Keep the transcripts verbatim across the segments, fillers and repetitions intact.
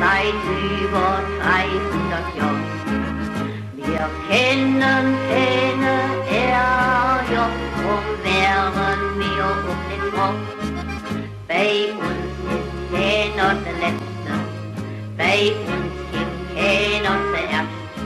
seit über dreihundert Jahren. Wir kennen keine Ärger, drum wären wir um den Front. Bei uns ist keiner der Letzte, bei uns gibt keiner zuerst.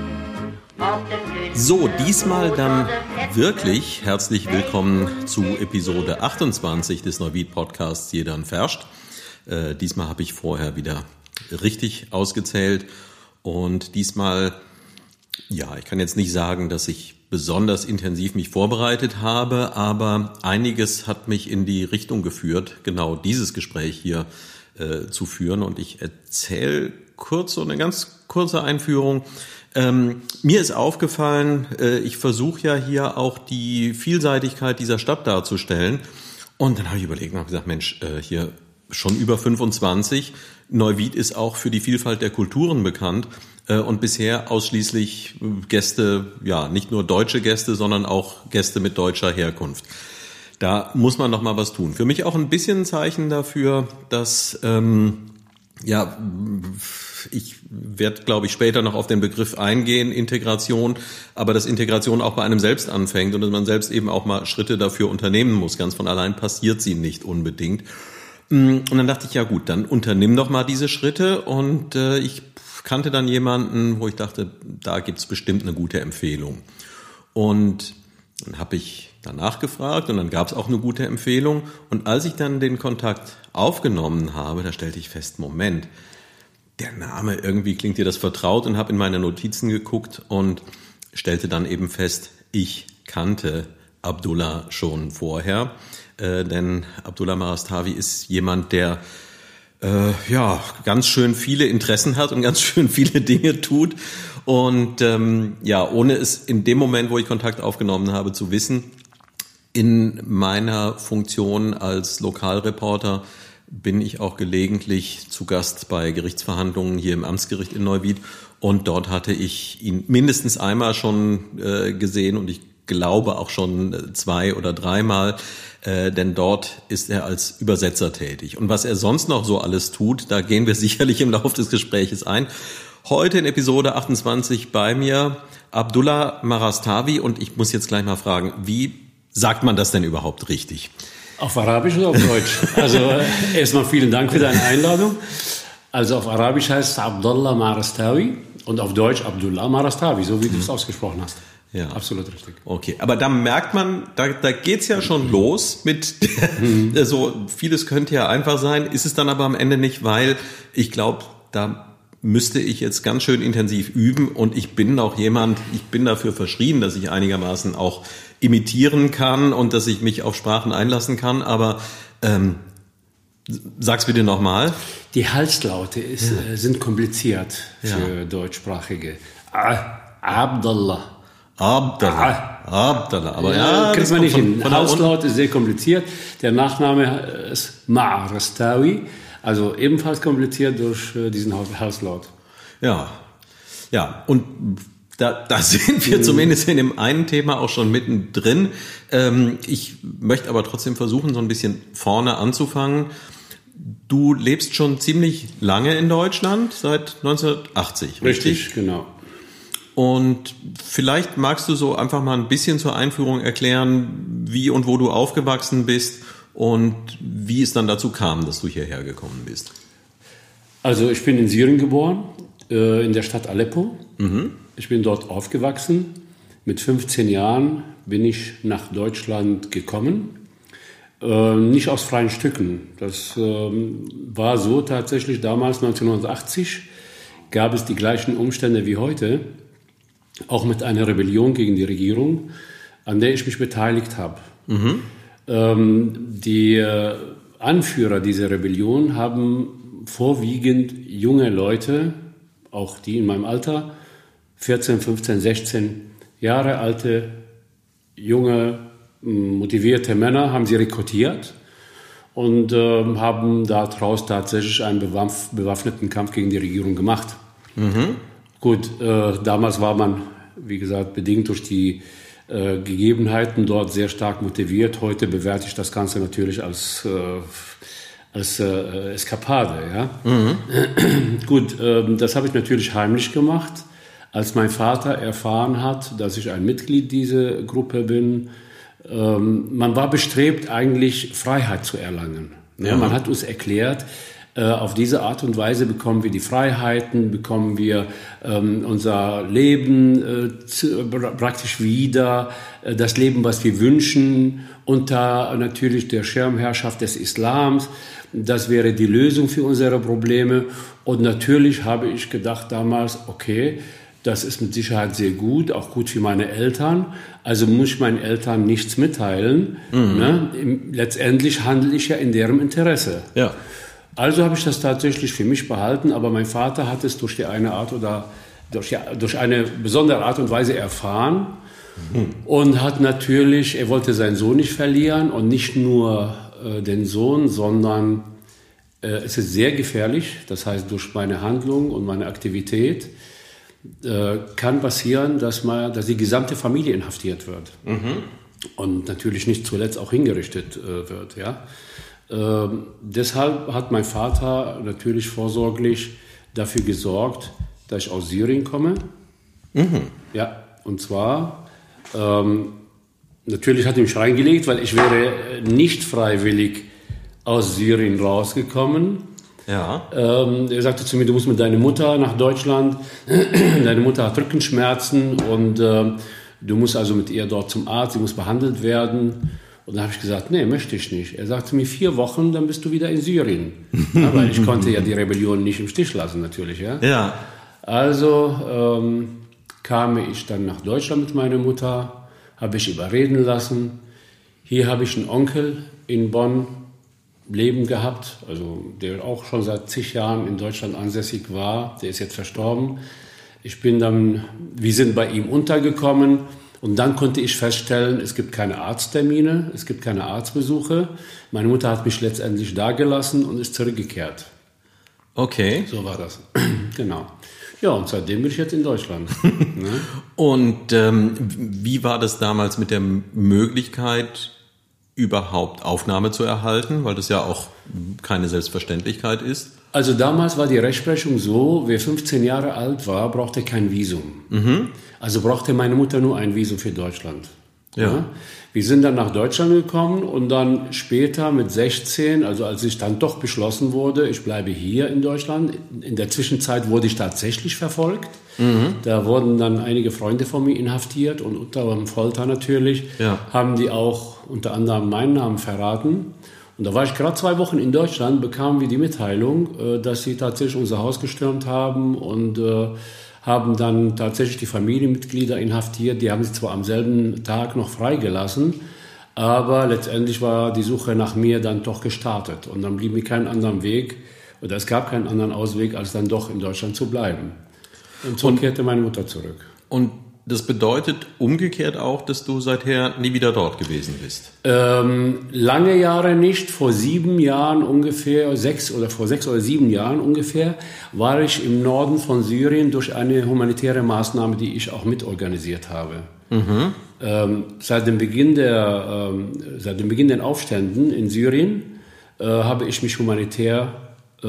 So, diesmal dann wirklich herzlich willkommen zu Episode achtundzwanzig des Neuwied-Podcasts Jedern Ferscht. Äh, diesmal habe ich vorher wieder richtig ausgezählt und diesmal, ja, ich kann jetzt nicht sagen, dass ich besonders intensiv mich vorbereitet habe, aber einiges hat mich in die Richtung geführt, genau dieses Gespräch hier äh, zu führen, und ich erzähle kurz so eine ganz kurze Einführung. Ähm, mir ist aufgefallen, äh, ich versuche ja hier auch die Vielseitigkeit dieser Stadt darzustellen, und dann habe ich überlegt und habe gesagt, Mensch, äh, hier schon über fünfundzwanzig, Neuwied ist auch für die Vielfalt der Kulturen bekannt äh, und bisher ausschließlich Gäste, ja, nicht nur deutsche Gäste, sondern auch Gäste mit deutscher Herkunft. Da muss man noch mal was tun. Für mich auch ein bisschen ein Zeichen dafür, dass ähm, ja, ich werde, glaube ich, später noch auf den Begriff eingehen, Integration, aber dass Integration auch bei einem selbst anfängt und dass man selbst eben auch mal Schritte dafür unternehmen muss. Ganz von allein passiert sie nicht unbedingt. Und dann dachte ich, ja gut, dann unternimm doch mal diese Schritte, und äh, ich kannte dann jemanden, wo ich dachte, da gibt's bestimmt eine gute Empfehlung. Und dann habe ich danach gefragt und dann gab's auch eine gute Empfehlung, und als ich dann den Kontakt aufgenommen habe, da stellte ich fest, Moment, der Name, irgendwie klingt dir das vertraut, und habe in meine Notizen geguckt und stellte dann eben fest, ich kannte Abdullah schon vorher, äh, denn Abdullah Marastawi ist jemand, der äh, ja ganz schön viele Interessen hat und ganz schön viele Dinge tut, und ähm, ja, ohne es in dem Moment, wo ich Kontakt aufgenommen habe, zu wissen, in meiner Funktion als Lokalreporter bin ich auch gelegentlich zu Gast bei Gerichtsverhandlungen hier im Amtsgericht in Neuwied, und dort hatte ich ihn mindestens einmal schon äh, gesehen und ich glaube auch schon zwei oder dreimal, äh, denn dort ist er als Übersetzer tätig. Und was er sonst noch so alles tut, da gehen wir sicherlich im Laufe des Gespräches ein. Heute in Episode achtundzwanzig bei mir Abdullah Marastawi, und ich muss jetzt gleich mal fragen, wie sagt man das denn überhaupt richtig? Auf Arabisch oder auf Deutsch? Also erstmal vielen Dank für deine Einladung. Also auf Arabisch heißt es Abdullah Marastawi und auf Deutsch Abdullah Marastawi, so wie du es ausgesprochen hast. Ja. Absolut richtig. Okay, aber da merkt man, da, da geht's ja schon los mit, mhm. so vieles könnte ja einfach sein, ist es dann aber am Ende nicht, weil ich glaube, da müsste ich jetzt ganz schön intensiv üben, und ich bin auch jemand, ich bin dafür verschrien, dass ich einigermaßen auch imitieren kann und dass ich mich auf Sprachen einlassen kann, aber ähm, sag's bitte nochmal. Die Halslaute ist, ja. äh, sind kompliziert für ja. Deutschsprachige. Ah, Abdullah. Abdullah. Ah. Abdullah. Aber ja, ja, kriegt man nicht hin. Halslaut ist sehr kompliziert. Der Nachname ist Marastawi, also ebenfalls kompliziert durch äh, diesen Halslaut. Ja, ja, und Da, da sind wir zumindest in dem einen Thema auch schon mittendrin. Ähm, ich möchte aber trotzdem versuchen, so ein bisschen vorne anzufangen. Du lebst schon ziemlich lange in Deutschland, seit neunzehnhundertachtzig, richtig? Richtig, genau. Und vielleicht magst du so einfach mal ein bisschen zur Einführung erklären, wie und wo du aufgewachsen bist und wie es dann dazu kam, dass du hierher gekommen bist. Also ich bin in Syrien geboren, äh, in der Stadt Aleppo. Mhm. Ich bin dort aufgewachsen. Mit fünfzehn Jahren bin ich nach Deutschland gekommen. Äh, nicht aus freien Stücken. Das äh, war so tatsächlich damals, neunzehnhundertachtzig, gab es die gleichen Umstände wie heute. Auch mit einer Rebellion gegen die Regierung, an der ich mich beteiligt habe. Mhm. Ähm, die äh, Anführer dieser Rebellion haben vorwiegend junge Leute, auch die in meinem Alter, vierzehn, fünfzehn, sechzehn Jahre alte, junge, motivierte Männer, haben sie rekrutiert und äh, haben daraus tatsächlich einen bewaff- bewaffneten Kampf gegen die Regierung gemacht. Mhm. Gut, äh, damals war man, wie gesagt, bedingt durch die äh, Gegebenheiten dort sehr stark motiviert. Heute bewerte ich das Ganze natürlich als äh, als äh, Eskapade. Ja? Mhm. Gut, ähm, das habe ich natürlich heimlich gemacht. Als mein Vater erfahren hat, dass ich ein Mitglied dieser Gruppe bin, ähm, man war bestrebt, eigentlich Freiheit zu erlangen. Ja, mhm. Man hat uns erklärt, äh, auf diese Art und Weise bekommen wir die Freiheiten, bekommen wir ähm, unser Leben äh, zu, praktisch wieder, äh, das Leben, was wir wünschen, unter natürlich der Schirmherrschaft des Islams. Das wäre die Lösung für unsere Probleme. Und natürlich habe ich gedacht damals, okay, das ist mit Sicherheit sehr gut, auch gut für meine Eltern. Also muss ich meinen Eltern nichts mitteilen. Mhm. Ne? Letztendlich handle ich ja in deren Interesse. Ja. Also habe ich das tatsächlich für mich behalten. Aber mein Vater hat es durch die eine Art oder durch, ja, durch eine besondere Art und Weise erfahren. Mhm. Und hat natürlich, er wollte seinen Sohn nicht verlieren. Und nicht nur äh, den Sohn, sondern äh, es ist sehr gefährlich. Das heißt, durch meine Handlung und meine Aktivität kann passieren, dass, man, dass die gesamte Familie inhaftiert wird. Mhm. Und natürlich nicht zuletzt auch hingerichtet äh, wird. Ja? Ähm, deshalb hat mein Vater natürlich vorsorglich dafür gesorgt, dass ich aus Syrien komme. Mhm. Ja, und zwar, ähm, natürlich hat er mich reingelegt, weil ich wäre nicht freiwillig aus Syrien rausgekommen. Ja. Ähm, er sagte zu mir, du musst mit deiner Mutter nach Deutschland. Deine Mutter hat Rückenschmerzen und äh, du musst also mit ihr dort zum Arzt, sie muss behandelt werden. Und dann habe ich gesagt, nee, möchte ich nicht. Er sagte mir, vier Wochen, dann bist du wieder in Syrien. Aber ich konnte ja die Rebellion nicht im Stich lassen, natürlich. Ja. Ja. Also ähm, kam ich dann nach Deutschland mit meiner Mutter, habe ich überreden lassen. Hier habe ich einen Onkel in Bonn Leben gehabt, also der auch schon seit zig Jahren in Deutschland ansässig war, der ist jetzt verstorben. Ich bin dann, wir sind bei ihm untergekommen und dann konnte ich feststellen, es gibt keine Arzttermine, es gibt keine Arztbesuche. Meine Mutter hat mich letztendlich da gelassen und ist zurückgekehrt. Okay. So war das. Genau. Ja, und seitdem bin ich jetzt in Deutschland. Ne? Und ähm, wie war das damals mit der Möglichkeit, überhaupt Aufnahme zu erhalten, weil das ja auch keine Selbstverständlichkeit ist? Also damals war die Rechtsprechung so, wer fünfzehn Jahre alt war, brauchte kein Visum. Mhm. Also brauchte meine Mutter nur ein Visum für Deutschland. Ja. Ja. Wir sind dann nach Deutschland gekommen und dann später mit sechzehn, also als ich dann doch beschlossen wurde, ich bleibe hier in Deutschland. In der Zwischenzeit wurde ich tatsächlich verfolgt. Mhm. Da wurden dann einige Freunde von mir inhaftiert und unter Folter natürlich, ja. haben die auch unter anderem meinen Namen verraten. Und da war ich gerade zwei Wochen in Deutschland, bekamen wir die Mitteilung, dass sie tatsächlich unser Haus gestürmt haben und äh, haben dann tatsächlich die Familienmitglieder inhaftiert. Die haben sie zwar am selben Tag noch freigelassen, aber letztendlich war die Suche nach mir dann doch gestartet. Und dann blieb mir kein anderer Weg, oder es gab keinen anderen Ausweg, als dann doch in Deutschland zu bleiben. Und so kehrte meine Mutter zurück. Und das bedeutet umgekehrt auch, dass du seither nie wieder dort gewesen bist? Ähm, lange Jahre nicht. Vor sieben Jahren ungefähr, sechs oder vor sechs oder sieben Jahren ungefähr, war ich im Norden von Syrien durch eine humanitäre Maßnahme, die ich auch mitorganisiert habe. Mhm. Ähm, seit dem Beginn der, ähm, seit dem Beginn der Aufständen in Syrien äh, habe ich mich humanitär äh,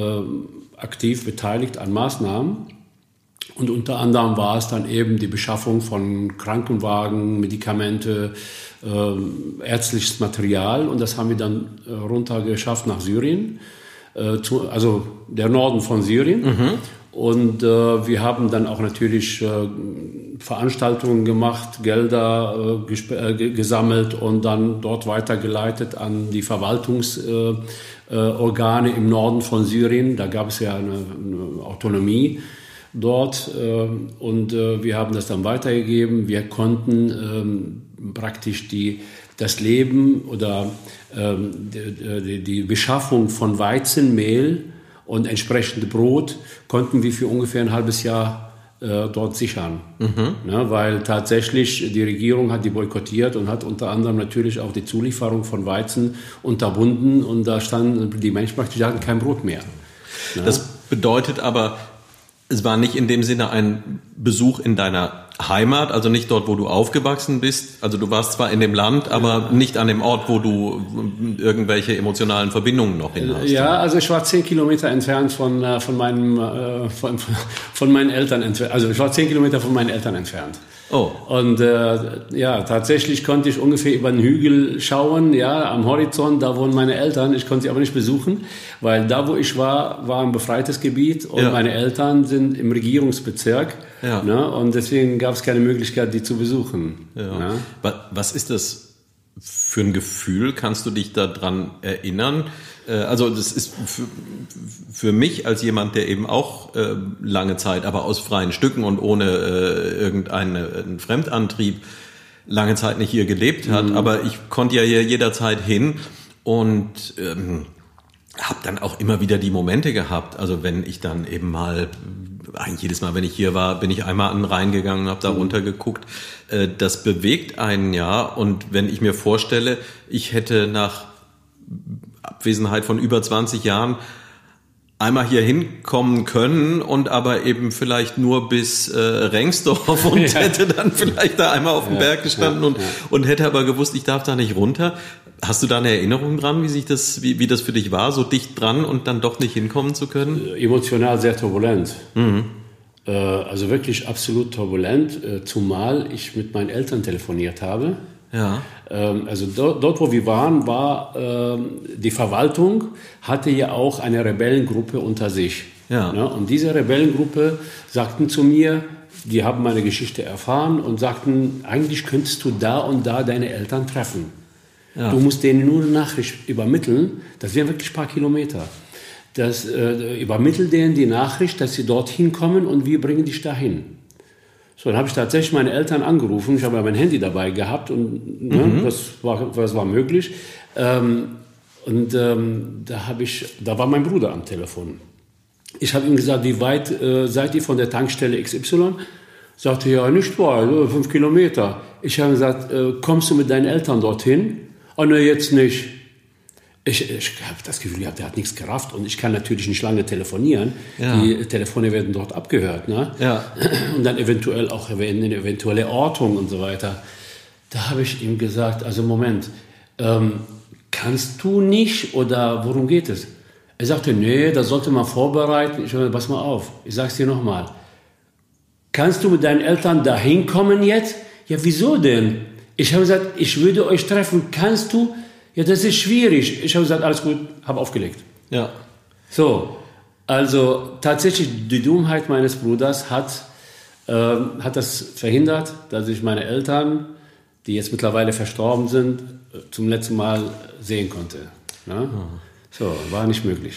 aktiv beteiligt an Maßnahmen. Und unter anderem war es dann eben die Beschaffung von Krankenwagen, Medikamente, äh, ärztliches Material. Und das haben wir dann äh, runtergeschafft nach Syrien, äh, zu, also der Norden von Syrien. Mhm. Und äh, wir haben dann auch natürlich äh, Veranstaltungen gemacht, Gelder äh, gesp- äh, gesammelt und dann dort weitergeleitet an die Verwaltungsorgane äh, äh, im Norden von Syrien. Da gab es ja eine, eine Autonomie dort äh, und äh, wir haben das dann weitergegeben. Wir konnten ähm, praktisch die, das Leben oder ähm, die, die Beschaffung von Weizenmehl und entsprechend Brot konnten wir für ungefähr ein halbes Jahr äh, dort sichern. Mhm. Ja, weil tatsächlich die Regierung hat die boykottiert und hat unter anderem natürlich auch die Zulieferung von Weizen unterbunden und da standen die Menschen praktisch, die hatten kein Brot mehr. Ja. Das bedeutet aber, es war nicht in dem Sinne ein Besuch in deiner Heimat, also nicht dort, wo du aufgewachsen bist. Also du warst zwar in dem Land, aber nicht an dem Ort, wo du irgendwelche emotionalen Verbindungen noch hin hast. Ja, also ich war zehn Kilometer entfernt von, von, meinem, von, von meinen Eltern entfernt. Also ich war zehn Kilometer von meinen Eltern entfernt. Oh. Und äh, ja, tatsächlich konnte ich ungefähr über den Hügel schauen, ja, am Horizont, da wohnen meine Eltern. Ich konnte sie aber nicht besuchen, weil da, wo ich war, war ein befreites Gebiet und ja. meine Eltern sind im Regierungsbezirk. Ja. Ne, und deswegen gab es keine Möglichkeit, die zu besuchen. Ja. Ja. Was ist das für ein Gefühl? Kannst du dich daran erinnern? Also das ist für, für mich als jemand, der eben auch äh, lange Zeit, aber aus freien Stücken und ohne äh, irgendeinen Fremdantrieb lange Zeit nicht hier gelebt hat, mhm. aber ich konnte ja hier jederzeit hin und ähm, habe dann auch immer wieder die Momente gehabt, also wenn ich dann eben mal, eigentlich jedes Mal, wenn ich hier war, bin ich einmal an den Rhein gegangen und habe da runter geguckt. Äh, das bewegt einen ja, und wenn ich mir vorstelle, ich hätte nach Abwesenheit von über zwanzig Jahren einmal hier hinkommen können und aber eben vielleicht nur bis äh, Rengsdorf und ja. hätte dann vielleicht da einmal auf dem ja, Berg gestanden ja, und, ja. und hätte aber gewusst, ich darf da nicht runter. Hast du da eine Erinnerung dran, wie sich das, wie, wie das für dich war, so dicht dran und dann doch nicht hinkommen zu können? Emotional sehr turbulent. Mhm. Äh, also wirklich absolut turbulent, äh, zumal ich mit meinen Eltern telefoniert habe. Ja. Also dort, dort, wo wir waren, war äh, die Verwaltung hatte ja auch eine Rebellengruppe unter sich. Ja. Ja, und diese Rebellengruppe sagten zu mir, die haben meine Geschichte erfahren und sagten, eigentlich könntest du da und da deine Eltern treffen. Ja. Du musst denen nur eine Nachricht übermitteln, das wären wirklich ein paar Kilometer. Das, äh, übermittel denen die Nachricht, dass sie dorthin kommen und wir bringen dich dahin. So, dann habe ich tatsächlich meine Eltern angerufen. Ich habe ja mein Handy dabei gehabt und ne, mhm. das war, das war möglich. Ähm, und ähm, da habe ich, da war mein Bruder am Telefon. Ich habe ihm gesagt, wie weit äh, seid ihr von der Tankstelle X Y? Sagte ja, nicht weit, fünf Kilometer. Ich habe gesagt, äh, kommst du mit deinen Eltern dorthin? Oh ne, jetzt nicht. Ich, ich habe das Gefühl gehabt, der hat nichts gerafft und ich kann natürlich nicht lange telefonieren. Ja. Die Telefone werden dort abgehört, ne? Ja. Und dann eventuell auch eine eventuelle Ortung und so weiter. Da habe ich ihm gesagt, also Moment, ähm, kannst du nicht oder worum geht es? Er sagte, nee, das sollte man vorbereiten. Ich habe pass mal auf, ich sag's dir nochmal. Kannst du mit deinen Eltern dahin kommen jetzt? Ja, wieso denn? Ich habe gesagt, ich würde euch treffen. Kannst du? Ja, das ist schwierig. Ich habe gesagt, alles gut, habe aufgelegt. Ja. So, also tatsächlich die Dummheit meines Bruders hat, äh, hat das verhindert, dass ich meine Eltern, die jetzt mittlerweile verstorben sind, zum letzten Mal sehen konnte. Ja? Mhm. So, war nicht möglich.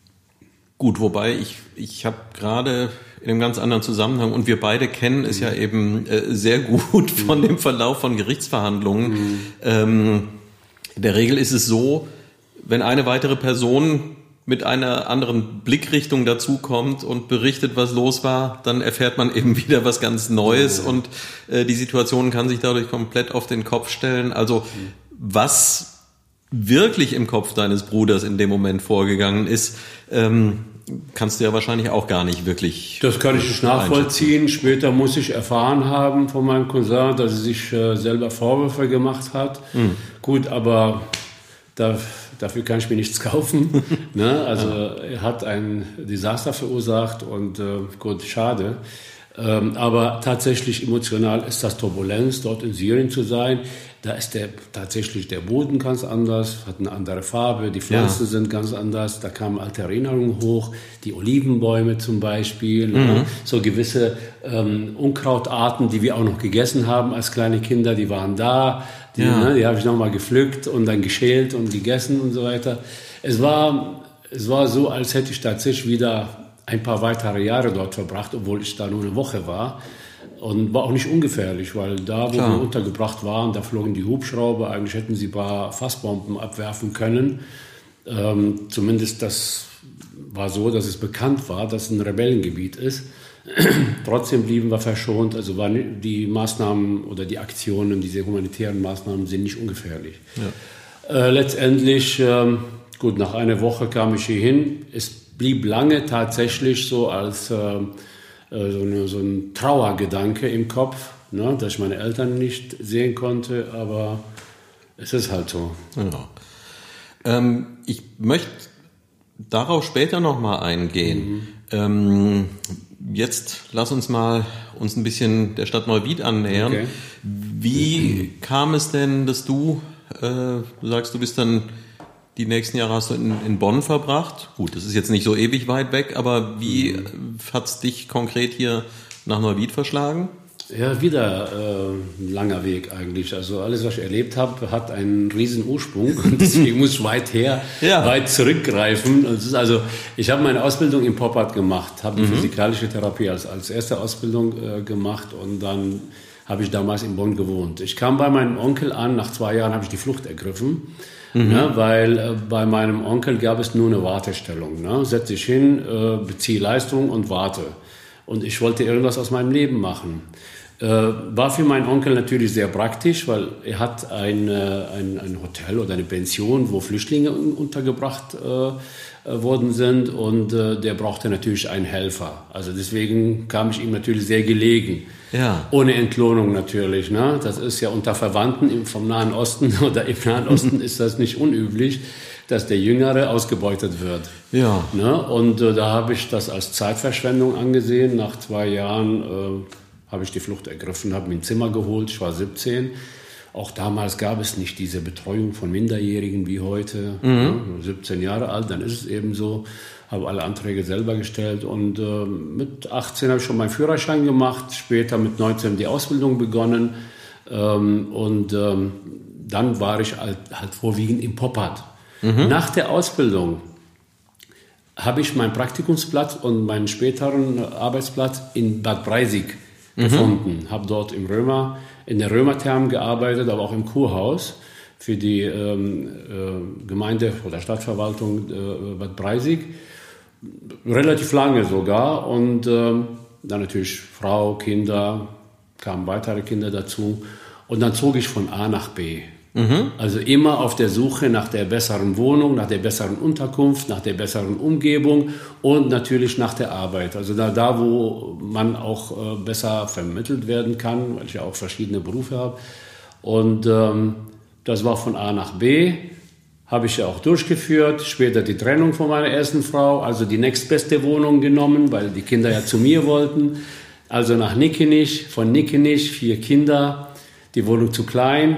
Gut, wobei ich, ich habe gerade in einem ganz anderen Zusammenhang, und wir beide kennen es mhm. ja eben äh, sehr gut von mhm. dem Verlauf von Gerichtsverhandlungen. Mhm. Ähm, In der Regel ist es so, wenn eine weitere Person mit einer anderen Blickrichtung dazukommt und berichtet, was los war, dann erfährt man eben wieder was ganz Neues ja. und äh, die Situation kann sich dadurch komplett auf den Kopf stellen. Also was wirklich im Kopf deines Bruders in dem Moment vorgegangen ist, ähm, kannst du ja wahrscheinlich auch gar nicht wirklich. Das kann ich nicht nachvollziehen. Später muss ich erfahren haben von meinem Cousin, dass er sich äh, selber Vorwürfe gemacht hat. Mhm. Gut, aber da, dafür kann ich mir nichts kaufen. ne? Also ja. er hat ein Desaster verursacht und äh, gut, schade. Ähm, aber tatsächlich emotional ist das Turbulenz, dort in Syrien zu sein. Da ist der, tatsächlich der Boden ganz anders, hat eine andere Farbe, die Pflanzen ja. sind ganz anders, da kamen alte Erinnerungen hoch, die Olivenbäume zum Beispiel, mhm. ja, so gewisse ähm, Unkrautarten, die wir auch noch gegessen haben als kleine Kinder, die waren da, die, ja. ne, die habe ich nochmal gepflückt und dann geschält und gegessen und so weiter. Es war, es war so, als hätte ich tatsächlich wieder ein paar weitere Jahre dort verbracht, obwohl ich da nur eine Woche war. Und war auch nicht ungefährlich, weil da, wo Klar. wir untergebracht waren, da flogen die Hubschrauber. Eigentlich hätten sie ein paar Fassbomben abwerfen können. Ähm, zumindest das war so, dass es bekannt war, dass es ein Rebellengebiet ist. Trotzdem blieben wir verschont. Also waren die Maßnahmen oder die Aktionen, diese humanitären Maßnahmen sind nicht ungefährlich. Ja. Äh, letztendlich, ähm, gut, nach einer Woche kam ich hier hin. Es blieb lange tatsächlich so als... Äh, äh, so, eine, so ein Trauergedanke im Kopf, ne, dass ich meine Eltern nicht sehen konnte, aber es ist halt so. Ja. Ähm, ich möchte darauf später nochmal eingehen. Mhm. Ähm, jetzt lass uns mal uns ein bisschen der Stadt Neuwied annähern. Okay. Wie mhm. kam es denn, dass du, äh, du sagst, du bist dann die nächsten Jahre hast du in, in Bonn verbracht? Gut, das ist jetzt nicht so ewig weit weg, aber wie mhm. hat es dich konkret hier nach Neuwied verschlagen? Ja, wieder äh, ein langer Weg eigentlich. Also alles, was ich erlebt habe, hat einen riesen Ursprung und deswegen muss ich weit her, ja. weit zurückgreifen. Und es ist also, ich habe meine Ausbildung in Poppart gemacht, habe die mhm. physikalische Therapie als, als erste Ausbildung äh, gemacht und dann habe ich damals in Bonn gewohnt. Ich kam bei meinem Onkel an, nach zwei Jahren habe ich die Flucht ergriffen, mhm. ne, weil äh, bei meinem Onkel gab es nur eine Wartestellung. Ne? Setz dich hin, äh, beziehe Leistung und warte. Und ich wollte irgendwas aus meinem Leben machen. Äh, war für meinen Onkel natürlich sehr praktisch, weil er hat ein, ein, ein Hotel oder eine Pension, wo Flüchtlinge untergebracht äh, worden sind und äh, der brauchte natürlich einen Helfer. Also deswegen kam ich ihm natürlich sehr gelegen. Ja. Ohne Entlohnung natürlich. Ne? Das ist ja unter Verwandten vom Nahen Osten oder im Nahen Osten ist das nicht unüblich, dass der Jüngere ausgebeutet wird. Ja. Ne? Und äh, da habe ich das als Zeitverschwendung angesehen. Nach zwei Jahren äh, habe ich die Flucht ergriffen, habe mir ein Zimmer geholt. Ich war siebzehn. Auch damals gab es nicht diese Betreuung von Minderjährigen wie heute. Mhm. Ne? siebzehn Jahre alt, dann ist es eben so. Habe alle Anträge selber gestellt und äh, mit achtzehn habe ich schon meinen Führerschein gemacht. Später mit neunzehn die Ausbildung begonnen. Ähm, und ähm, dann war ich halt, halt vorwiegend in Poppart. Mhm. Nach der Ausbildung habe ich meinen Praktikumsplatz und meinen späteren Arbeitsplatz in Bad Breisig mhm. gefunden. Habe dort im Römer, in der Römertherm gearbeitet, aber auch im Kurhaus für die ähm, äh, Gemeinde oder Stadtverwaltung äh, Bad Breisig. Relativ lange sogar. Und ähm, dann natürlich Frau, Kinder, kamen weitere Kinder dazu. Und dann zog ich von A nach B. Mhm. Also immer auf der Suche nach der besseren Wohnung, nach der besseren Unterkunft, nach der besseren Umgebung und natürlich nach der Arbeit. Also da, da wo man auch äh, besser vermittelt werden kann, weil ich ja auch verschiedene Berufe habe. Und ähm, das war von A nach B, habe ich ja auch durchgeführt. Später die Trennung von meiner ersten Frau, also die nächstbeste Wohnung genommen, weil die Kinder ja zu mir wollten. Also nach Nickenich, von Nickenich, vier Kinder, die Wohnung zu klein.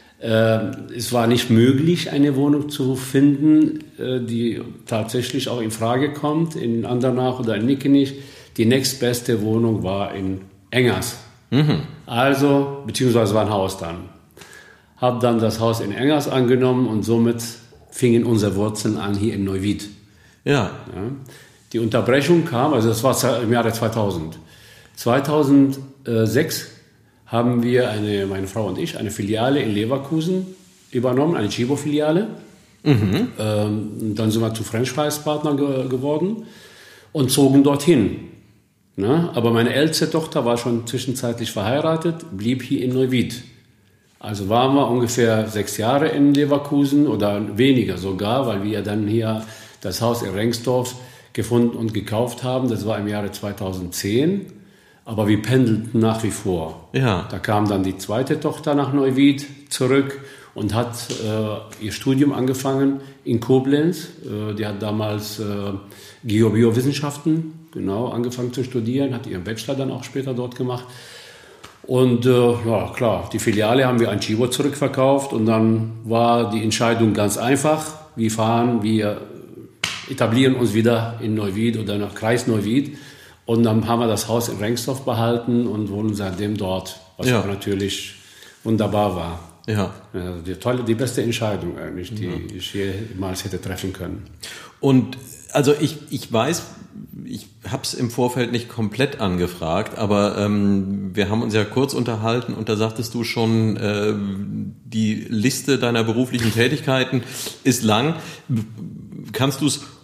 Es war nicht möglich, eine Wohnung zu finden, die tatsächlich auch in Frage kommt, in Andernach oder in Nickenich. Die nächstbeste Wohnung war in Engers. Mhm. Also, beziehungsweise war ein Haus dann. Habe dann das Haus in Engers angenommen und somit fingen unsere Wurzeln an hier in Neuwied. Ja. Ja. Die Unterbrechung kam, also das war im Jahre zweitausend. zweitausendsechs haben wir, eine, meine Frau und ich, eine Filiale in Leverkusen übernommen, eine Chibo-Filiale. Mhm. Ähm, dann sind wir zu Franchise-Partner ge- geworden und zogen dorthin. Na, aber meine älteste Tochter war schon zwischenzeitlich verheiratet, blieb hier in Neuwied. Also waren wir ungefähr sechs Jahre in Leverkusen oder weniger sogar, weil wir dann hier das Haus in Rengsdorf gefunden und gekauft haben. Das war im Jahre zweitausendzehn. Aber wir pendelten nach wie vor. Ja. Da kam dann die zweite Tochter nach Neuwied zurück und hat äh, ihr Studium angefangen in Koblenz. Äh, die hat damals äh, Geobiowissenschaften genau angefangen zu studieren, hat ihren Bachelor dann auch später dort gemacht. Und äh, ja, klar, die Filiale haben wir an Chibo zurückverkauft und dann war die Entscheidung ganz einfach. Wir fahren, wir etablieren uns wieder in Neuwied oder nach Kreis Neuwied. Und dann haben wir das Haus in Rengsdorf behalten und wohnen seitdem dort, was ja. natürlich wunderbar war. Ja. Also die tolle, die beste Entscheidung eigentlich, die ja. ich jemals hätte treffen können. Und also ich, ich weiß, ich habe es im Vorfeld nicht komplett angefragt, aber ähm, wir haben uns ja kurz unterhalten und da sagtest du schon, äh, die Liste deiner beruflichen Tätigkeiten ist lang. Kannst du es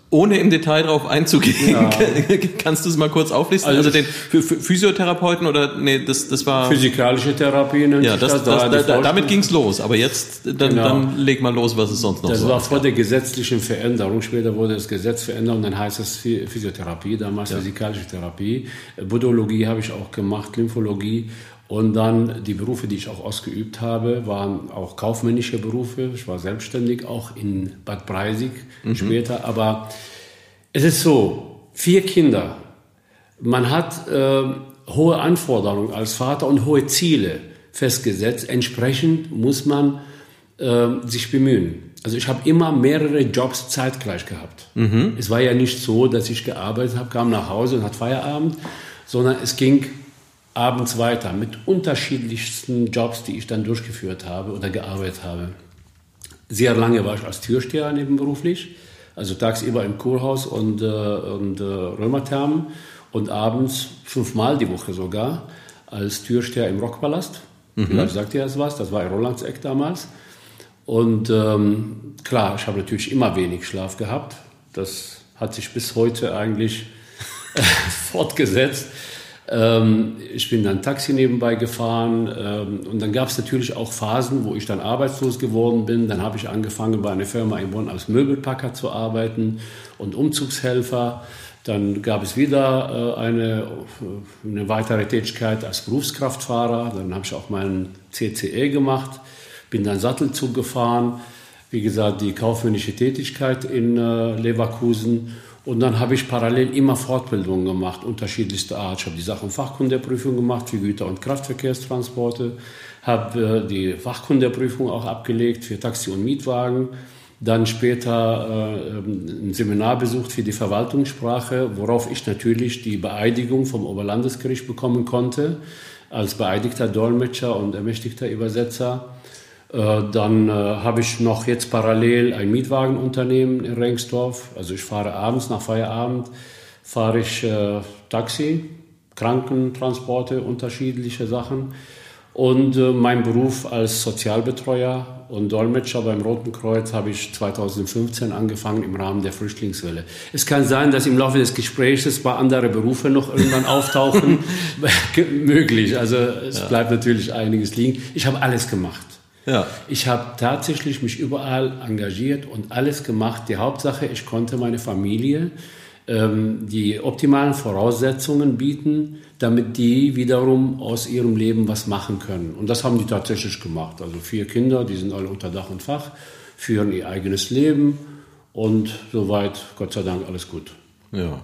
ohne im Detail drauf einzugehen, ja. kannst du es mal kurz auflisten? Also, also den für, für Physiotherapeuten oder nee, das das war physikalische Therapie. Nennt ja, das, das, das, da, da, damit ging's los. Aber jetzt dann, genau. dann leg mal los, was es sonst noch das so war vor der gesetzlichen Veränderung. Später wurde das Gesetz verändert und dann heißt es Physiotherapie, damals ja. physikalische Therapie. Podologie habe ich auch gemacht, Lymphologie. Und dann die Berufe, die ich auch ausgeübt habe, waren auch kaufmännische Berufe. Ich war selbstständig, auch in Bad Breisig mhm. später. Aber es ist so, vier Kinder. Man hat äh, hohe Anforderungen als Vater und hohe Ziele festgesetzt. Entsprechend muss man äh, sich bemühen. Also ich habe immer mehrere Jobs zeitgleich gehabt. Mhm. Es war ja nicht so, dass ich gearbeitet habe, kam nach Hause und hatte Feierabend, sondern es ging abends weiter mit unterschiedlichsten Jobs, die ich dann durchgeführt habe oder gearbeitet habe. Sehr lange war ich als Türsteher nebenberuflich, also tagsüber im Kurhaus und, äh, und äh, Römerthermen und abends fünfmal die Woche sogar als Türsteher im Rockpalast. Mhm. Vielleicht sagt ihr das was, das war in Rolandseck damals. Und ähm, klar, ich habe natürlich immer wenig Schlaf gehabt. Das hat sich bis heute eigentlich fortgesetzt. Ähm, ich bin dann Taxi nebenbei gefahren ähm, und dann gab es natürlich auch Phasen, wo ich dann arbeitslos geworden bin. Dann habe ich angefangen, bei einer Firma in Bonn als Möbelpacker zu arbeiten und Umzugshelfer. Dann gab es wieder äh, eine, eine weitere Tätigkeit als Berufskraftfahrer. Dann habe ich auch meinen C C E gemacht, bin dann Sattelzug gefahren. Wie gesagt, die kaufmännische Tätigkeit in äh, Leverkusen. Und dann habe ich parallel immer Fortbildungen gemacht, unterschiedlichster Art. Ich habe die Sach- und Fachkundeprüfung gemacht für Güter- und Kraftverkehrstransporte, habe äh, die Fachkundeprüfung auch abgelegt für Taxi- und Mietwagen. Dann später äh, ein Seminar besucht für die Verwaltungssprache, worauf ich natürlich die Beeidigung vom Oberlandesgericht bekommen konnte, als beeidigter Dolmetscher und ermächtigter Übersetzer. Dann äh, habe ich noch jetzt parallel ein Mietwagenunternehmen in Rengsdorf. Also ich fahre abends nach Feierabend, fahre ich äh, Taxi, Krankentransporte, unterschiedliche Sachen. Und äh, mein Beruf als Sozialbetreuer und Dolmetscher beim Roten Kreuz habe ich zweitausendfünfzehn angefangen im Rahmen der Flüchtlingswelle. Es kann sein, dass im Laufe des Gesprächs ein paar andere Berufe noch irgendwann auftauchen. Möglich, also es ja. bleibt natürlich einiges liegen. Ich habe alles gemacht. Ja. Ich habe tatsächlich mich überall engagiert und alles gemacht. Die Hauptsache, ich konnte meine Familie ähm, die optimalen Voraussetzungen bieten, damit die wiederum aus ihrem Leben was machen können. Und das haben die tatsächlich gemacht. Also vier Kinder, die sind alle unter Dach und Fach, führen ihr eigenes Leben und soweit, Gott sei Dank, alles gut. Ja.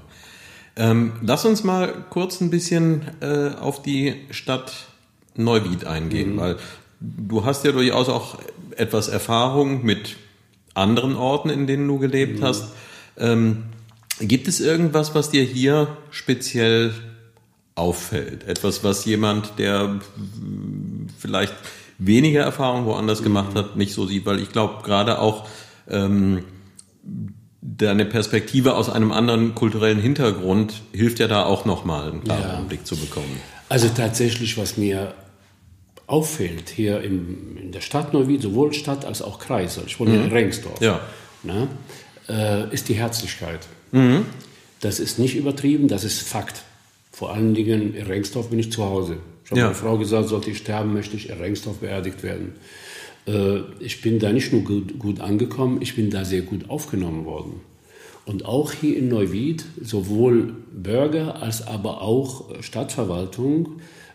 Ähm, lass uns mal kurz ein bisschen äh, auf die Stadt Neuwied eingehen, mhm. weil du hast ja durchaus auch etwas Erfahrung mit anderen Orten, in denen du gelebt mhm. hast. Ähm, gibt es irgendwas, was dir hier speziell auffällt? Etwas, was jemand, der vielleicht weniger Erfahrung woanders mhm. gemacht hat, nicht so sieht? Weil ich glaube, gerade auch ähm, deine Perspektive aus einem anderen kulturellen Hintergrund hilft ja da auch nochmal einen klaren ja. Einblick zu bekommen. Also tatsächlich, was mir auffällt hier im, in der Stadt Neuwied, sowohl Stadt als auch Kreis, ich wohne mhm. in Rengsdorf, ja. ne, äh, ist die Herzlichkeit. Mhm. Das ist nicht übertrieben, das ist Fakt. Vor allen Dingen in Rengsdorf bin ich zu Hause. Ich habe ja. meiner Frau gesagt, sollte ich sterben, möchte ich in Rengsdorf beerdigt werden. Äh, ich bin da nicht nur gut, gut angekommen, ich bin da sehr gut aufgenommen worden. Und auch hier in Neuwied, sowohl Bürger als aber auch Stadtverwaltung,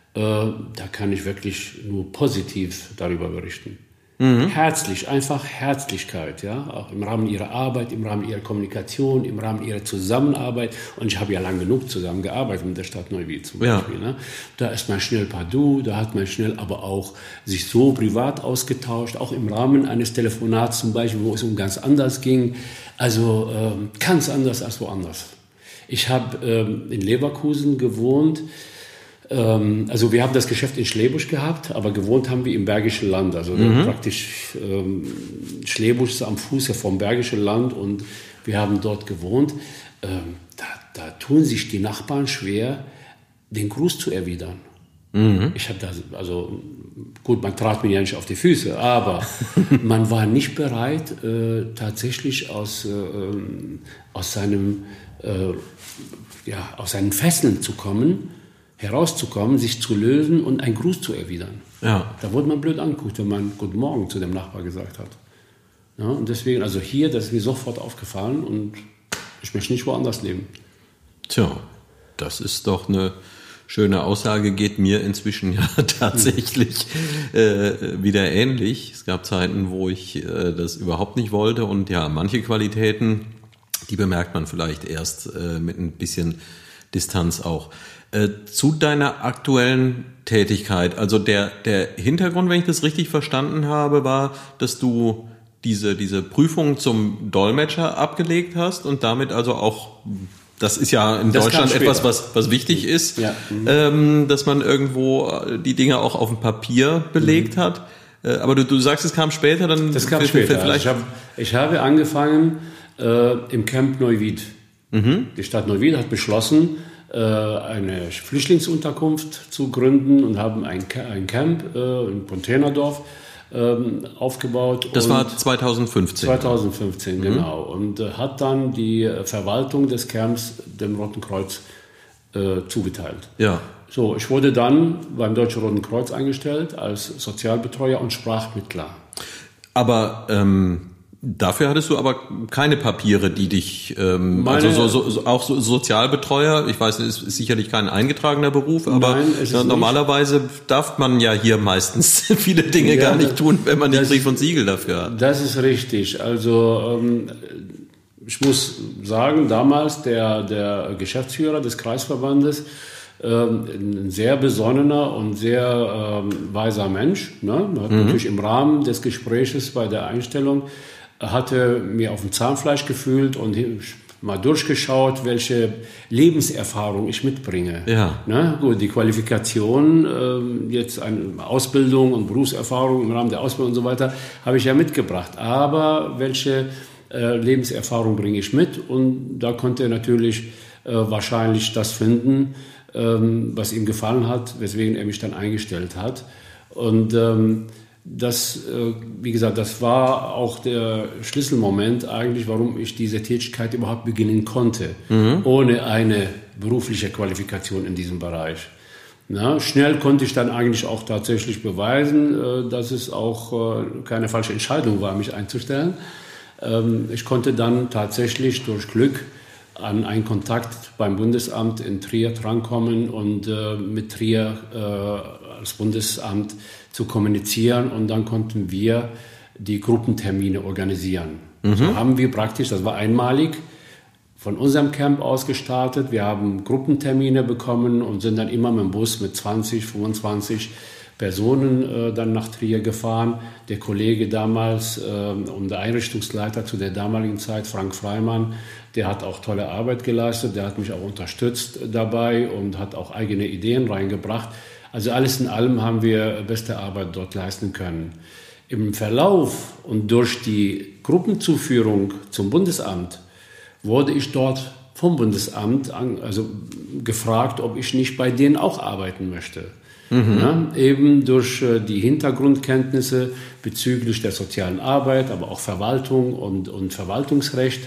da kann ich wirklich nur positiv darüber berichten. Mhm. Herzlich, einfach Herzlichkeit, ja, auch im Rahmen ihrer Arbeit, im Rahmen ihrer Kommunikation, im Rahmen ihrer Zusammenarbeit. Und ich habe ja lang genug zusammengearbeitet mit der Stadt Neuwied zum Beispiel. Ja. Ne? Da ist man schnell par du, da hat man schnell aber auch sich so privat ausgetauscht, auch im Rahmen eines Telefonats zum Beispiel, wo es um ganz anders ging. Also ähm, ganz anders als woanders. Ich habe ähm, in Leverkusen gewohnt. Also wir haben das Geschäft in Schlebusch gehabt, aber gewohnt haben wir im Bergischen Land. Also mhm. praktisch ähm, Schlebusch ist am Fuße vom Bergischen Land und wir haben dort gewohnt. Ähm, da, da tun sich die Nachbarn schwer, den Gruß zu erwidern. Mhm. Ich habe das, also gut, man trat mir ja nicht auf die Füße, aber man war nicht bereit, äh, tatsächlich aus, äh, aus seinem, äh, ja, aus seinen Fesseln zu kommen, herauszukommen, sich zu lösen und einen Gruß zu erwidern. Ja. Da wurde man blöd angeguckt, wenn man Guten Morgen zu dem Nachbar gesagt hat. Ja, und deswegen, also hier, das ist mir sofort aufgefallen und ich möchte nicht woanders leben. Tja, das ist doch eine schöne Aussage, geht mir inzwischen ja tatsächlich äh, wieder ähnlich. Es gab Zeiten, wo ich äh, das überhaupt nicht wollte und ja, manche Qualitäten, die bemerkt man vielleicht erst äh, mit ein bisschen Distanz auch. Äh, zu deiner aktuellen Tätigkeit, also der, der Hintergrund, wenn ich das richtig verstanden habe, war, dass du diese, diese Prüfung zum Dolmetscher abgelegt hast und damit also auch, das ist ja in das Deutschland etwas, was, was wichtig ist, ja. mhm. ähm, dass man irgendwo die Dinge auch auf dem Papier belegt mhm. hat. Äh, aber du, du sagst, es kam später, dann... Das kam später. Vielleicht also ich, hab, ich habe angefangen äh, im Camp Neuwied. Mhm. Die Stadt Neuwied hat beschlossen, äh, eine Flüchtlingsunterkunft zu gründen und haben ein, ein Camp äh, in Pontenerdorf aufgebaut. Das war zwanzig fünfzehn. zwanzig fünfzehn, mhm. genau. Und äh, hat dann die Verwaltung des Camps dem Roten Kreuz äh, zugeteilt. Ja. So, ich wurde dann beim Deutschen Roten Kreuz eingestellt als Sozialbetreuer und Sprachmittler. Aber ähm, dafür hattest du aber keine Papiere, die dich, ähm, Meine, also so, so, auch so Sozialbetreuer, ich weiß, es ist sicherlich kein eingetragener Beruf, aber nein, es ist normalerweise nicht. Darf man ja hier meistens viele Dinge ja, gar nicht tun, wenn man nicht Brief und Siegel dafür hat. Das ist richtig. Also ähm, ich muss sagen, damals der, der Geschäftsführer des Kreisverbandes, ähm, ein sehr besonnener und sehr ähm, weiser Mensch, ne? Hat mhm. natürlich im Rahmen des Gespräches bei der Einstellung hatte mir auf dem Zahnfleisch gefühlt und mal durchgeschaut, welche Lebenserfahrung ich mitbringe. Ja. Ne? Gut, die Qualifikation, äh, jetzt eine Ausbildung und Berufserfahrung im Rahmen der Ausbildung und so weiter, habe ich ja mitgebracht. Aber welche äh, Lebenserfahrung bringe ich mit? Und da konnte er natürlich äh, wahrscheinlich das finden, ähm, was ihm gefallen hat, weswegen er mich dann eingestellt hat. Und ähm, Das, wie gesagt, das war auch der Schlüsselmoment eigentlich, warum ich diese Tätigkeit überhaupt beginnen konnte, mhm. ohne eine berufliche Qualifikation in diesem Bereich. Na, schnell konnte ich dann eigentlich auch tatsächlich beweisen, dass es auch keine falsche Entscheidung war, mich einzustellen. Ich konnte dann tatsächlich durch Glück an einen Kontakt beim Bundesamt in Trier drankommen und mit Trier als Bundesamt zu kommunizieren und dann konnten wir die Gruppentermine organisieren. Mhm. So haben wir praktisch, das war einmalig, von unserem Camp aus gestartet. Wir haben Gruppentermine bekommen und sind dann immer mit dem Bus mit zwanzig, fünfundzwanzig Personen äh, dann nach Trier gefahren. Der Kollege damals äh, und der Einrichtungsleiter zu der damaligen Zeit, Frank Freimann, der hat auch tolle Arbeit geleistet, der hat mich auch unterstützt dabei und hat auch eigene Ideen reingebracht. Also alles in allem haben wir beste Arbeit dort leisten können. Im Verlauf und durch die Gruppenzuführung zum Bundesamt wurde ich dort vom Bundesamt an, also gefragt, ob ich nicht bei denen auch arbeiten möchte. Mhm. Ja, eben durch die Hintergrundkenntnisse bezüglich der sozialen Arbeit, aber auch Verwaltung und, und Verwaltungsrecht.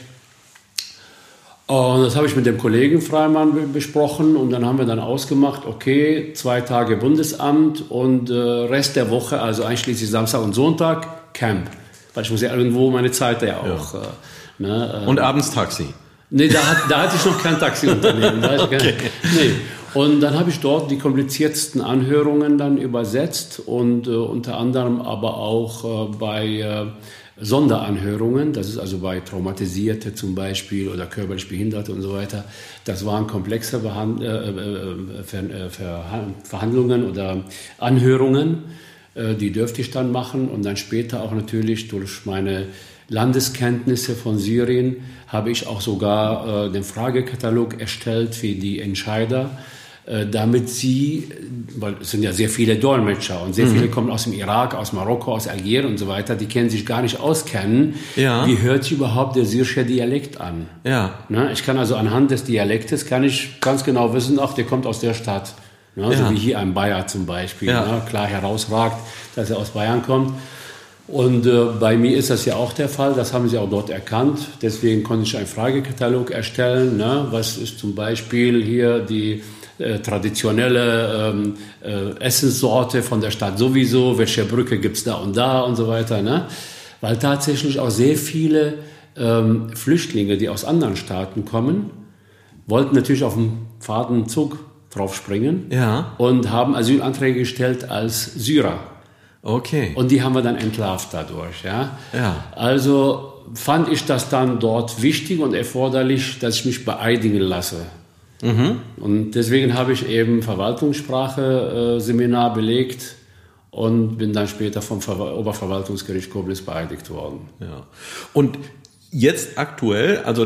Und das habe ich mit dem Kollegen Freimann besprochen und dann haben wir dann ausgemacht, okay, zwei Tage Bundesamt und äh, Rest der Woche, also einschließlich Samstag und Sonntag, Camp. Weil ich muss ja irgendwo meine Zeit ja auch. Ja. Äh, ne, äh, und abends Taxi? Nee, da, hat, da hatte ich noch kein Taxiunternehmen. Da okay. kein, nee. Und dann habe ich dort die kompliziertesten Anhörungen dann übersetzt und äh, unter anderem aber auch äh, bei äh, Sonderanhörungen, das ist also bei Traumatisierte zum Beispiel oder körperlich Behinderte und so weiter. Das waren komplexe Behand- äh, äh, Ver- Ver- Verhandlungen oder Anhörungen, äh, die dürfte ich dann machen. Und dann später auch natürlich durch meine Landeskenntnisse von Syrien habe ich auch sogar äh, den Fragekatalog erstellt für die Entscheider, äh, damit sie, weil es sind ja sehr viele Dolmetscher und sehr mhm. viele kommen aus dem Irak, aus Marokko, aus Algerien und so weiter, die können sich gar nicht auskennen. Ja. Wie hört sich überhaupt der syrische Dialekt an? Ja. Ne? Ich kann also anhand des Dialektes kann ich ganz genau wissen, ach, der kommt aus der Stadt. Ne? Ja. So wie hier ein Bayer zum Beispiel, Ja. ne? Klar herausragt, dass er aus Bayern kommt. Und äh, bei mir ist das ja auch der Fall, das haben sie auch dort erkannt. Deswegen konnte ich einen Fragekatalog erstellen. Ne? Was ist zum Beispiel hier die äh, traditionelle ähm, äh, Essenssorte von der Stadt sowieso, welche Brücke gibt's da und da und so weiter. Ne? Weil tatsächlich auch sehr viele ähm, Flüchtlinge, die aus anderen Staaten kommen, wollten natürlich auf dem Fahrtenzug draufspringen Ja. und haben Asylanträge gestellt als Syrer. Okay. Und die haben wir dann entlarvt dadurch. Ja? Ja. Also fand ich das dann dort wichtig und erforderlich, dass ich mich beeidigen lasse. Mhm. Und deswegen habe ich eben Verwaltungssprache-Seminar belegt und bin dann später vom Ver- Oberverwaltungsgericht Koblenz beeidigt worden. Ja. Und jetzt aktuell, also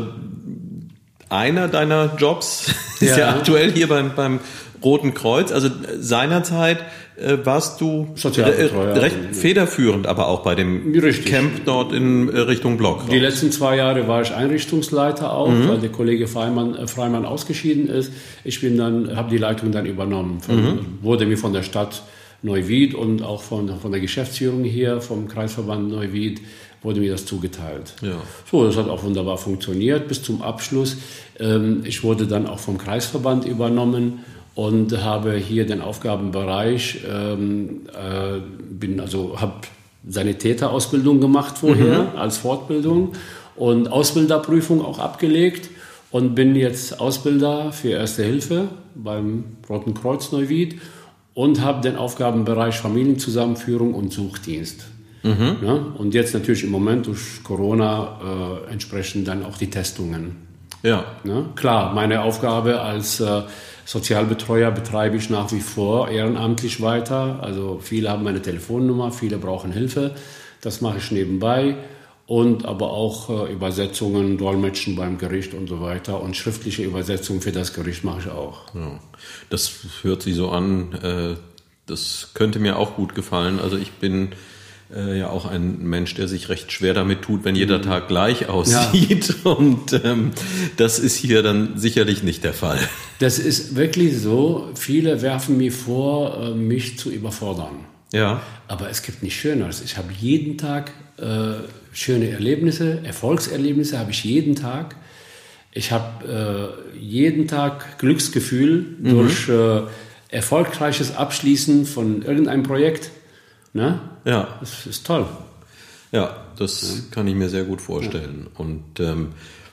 einer deiner Jobs ist ja, Ja. aktuell hier beim, beim Roten Kreuz. Also seinerzeit äh, warst du Sozialbetreuer. äh, recht federführend, aber auch bei dem Richtig. Camp dort in äh, Richtung Block. Die letzten zwei Jahre war ich Einrichtungsleiter auch, Mhm. weil der Kollege Freimann, äh, Freimann ausgeschieden ist. Ich bin dann, habe die Leitung dann übernommen. Von, Mhm. Wurde mir von der Stadt Neuwied und auch von, von der Geschäftsführung hier, vom Kreisverband Neuwied, wurde mir das zugeteilt. Ja. So, das hat auch wunderbar funktioniert bis zum Abschluss. Ähm, ich wurde dann auch vom Kreisverband übernommen und habe hier den Aufgabenbereich, ähm, äh, bin also habe Sanitäterausbildung gemacht vorher Mhm. als Fortbildung und Ausbilderprüfung auch abgelegt und bin jetzt Ausbilder für Erste Hilfe beim Roten Kreuz Neuwied und habe den Aufgabenbereich Familienzusammenführung und Suchdienst. Mhm. Ja, und jetzt natürlich im Moment durch Corona äh, entsprechend dann auch die Testungen. Ja. Ne? Klar, meine Aufgabe als äh, Sozialbetreuer betreibe ich nach wie vor ehrenamtlich weiter. Also viele haben meine Telefonnummer, viele brauchen Hilfe. Das mache ich nebenbei. Und aber auch äh, Übersetzungen, Dolmetschen beim Gericht und so weiter. Und schriftliche Übersetzungen für das Gericht mache ich auch. Ja. Das hört sich so an, äh, das könnte mir auch gut gefallen. Also ich bin äh, ja auch ein Mensch, der sich recht schwer damit tut, wenn jeder Tag gleich aussieht. Ja. Und ähm, das ist hier dann sicherlich nicht der Fall. Das ist wirklich so. Viele werfen mir vor, äh, mich zu überfordern. Ja. Aber es gibt nichts Schöneres. Ich habe jeden Tag äh, schöne Erlebnisse, Erfolgserlebnisse habe ich jeden Tag. Ich habe äh, jeden Tag Glücksgefühl mhm. durch äh, erfolgreiches Abschließen von irgendeinem Projekt. Ne? Ja. Das ist toll. Ja, das ja. kann ich mir sehr gut vorstellen. Ja. Und ähm,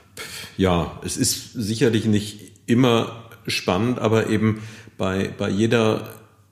ja, es ist sicherlich nicht immer spannend, aber eben bei, bei jeder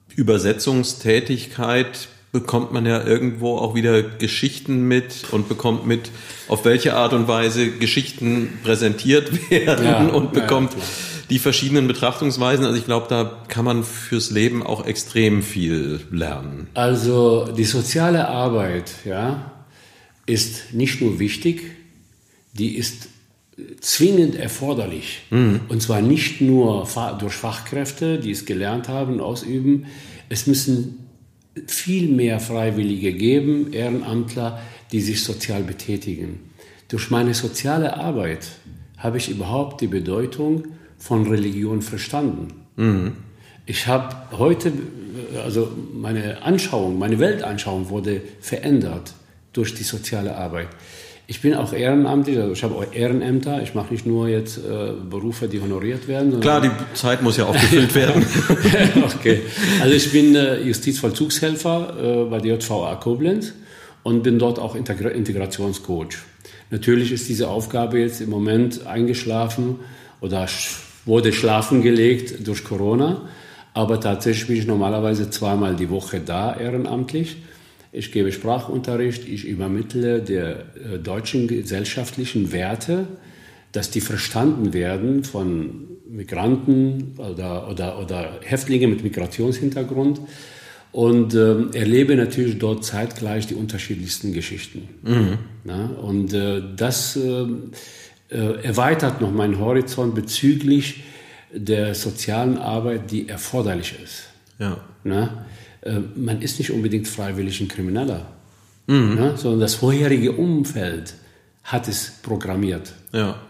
Übersetzungstätigkeit bekommt man ja irgendwo auch wieder Geschichten mit und bekommt mit, auf welche Art und Weise Geschichten präsentiert werden ja, und bekommt ja, die verschiedenen Betrachtungsweisen. Also ich glaube, da kann man fürs Leben auch extrem viel lernen. Also die soziale Arbeit, ja, ist nicht nur wichtig, die ist zwingend erforderlich. Mhm. Und zwar nicht nur durch Fachkräfte, die es gelernt haben und ausüben. Es müssen viel mehr Freiwillige geben, Ehrenamtler, die sich sozial betätigen. Durch meine soziale Arbeit habe ich überhaupt die Bedeutung von Religion verstanden. Mhm. Ich habe heute, also meine Anschauung, meine Weltanschauung wurde verändert durch die soziale Arbeit. Ich bin auch ehrenamtlich, also ich habe auch Ehrenämter. Ich mache nicht nur jetzt äh, Berufe, die honoriert werden. Klar, die Zeit muss ja auch gefüllt werden. Okay. Also ich bin äh, Justizvollzugshelfer äh, bei der J V A Koblenz und bin dort auch Integra- Integrationscoach. Natürlich ist diese Aufgabe jetzt im Moment eingeschlafen oder sch- wurde schlafen gelegt durch Corona. Aber tatsächlich bin ich normalerweise zweimal die Woche da ehrenamtlich. Ich gebe Sprachunterricht, ich übermittle der äh, deutschen gesellschaftlichen Werte, dass die verstanden werden von Migranten oder, oder, oder Häftlingen mit Migrationshintergrund und äh, erlebe natürlich dort zeitgleich die unterschiedlichsten Geschichten. Mhm. Na, und äh, das äh, äh, erweitert noch meinen Horizont bezüglich der sozialen Arbeit, die erforderlich ist. Ja. Na? Man ist nicht unbedingt freiwillig ein Krimineller, mhm. ne? sondern das vorherige Umfeld hat es programmiert. Ja.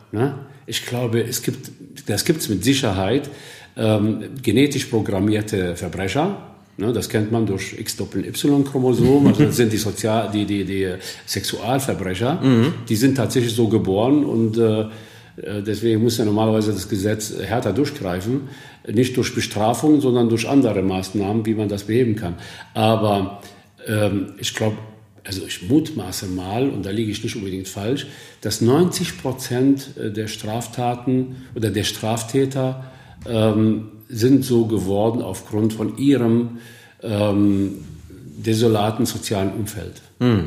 Ne? Ich glaube, es gibt, das gibt es mit Sicherheit, ähm, genetisch programmierte Verbrecher. Ne? Das kennt man durch X-Y-Chromosom. Also das sind die, Sozial-, die, die, die Sexualverbrecher. Mhm. Die sind tatsächlich so geboren und äh, deswegen muss ja normalerweise das Gesetz härter durchgreifen. Nicht durch Bestrafung, sondern durch andere Maßnahmen, wie man das beheben kann. Aber ähm, ich glaube, also ich mutmaße mal, und da liege ich nicht unbedingt falsch, dass neunzig Prozent der Straftaten oder der Straftäter ähm, sind so geworden aufgrund von ihrem ähm, desolaten sozialen Umfeld. Hm.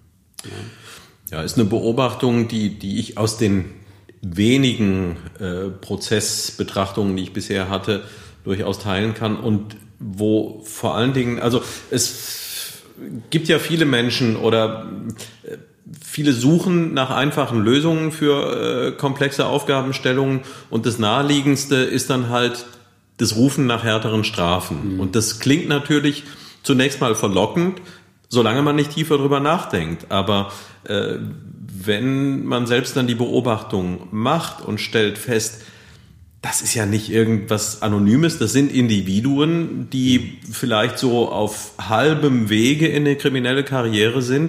Ja. Ja, ist eine Beobachtung, die, die ich aus den wenigen äh, Prozessbetrachtungen, die ich bisher hatte, durchaus teilen kann und wo vor allen Dingen, also es gibt ja viele Menschen oder äh, viele suchen nach einfachen Lösungen für äh, komplexe Aufgabenstellungen und das Naheliegendste ist dann halt das Rufen nach härteren Strafen. Mhm. Und das klingt natürlich zunächst mal verlockend, solange man nicht tiefer drüber nachdenkt. Aber äh, wenn man selbst dann die Beobachtung macht und stellt fest, das ist ja nicht irgendwas Anonymes, das sind Individuen, die vielleicht so auf halbem Wege in eine kriminelle Karriere sind.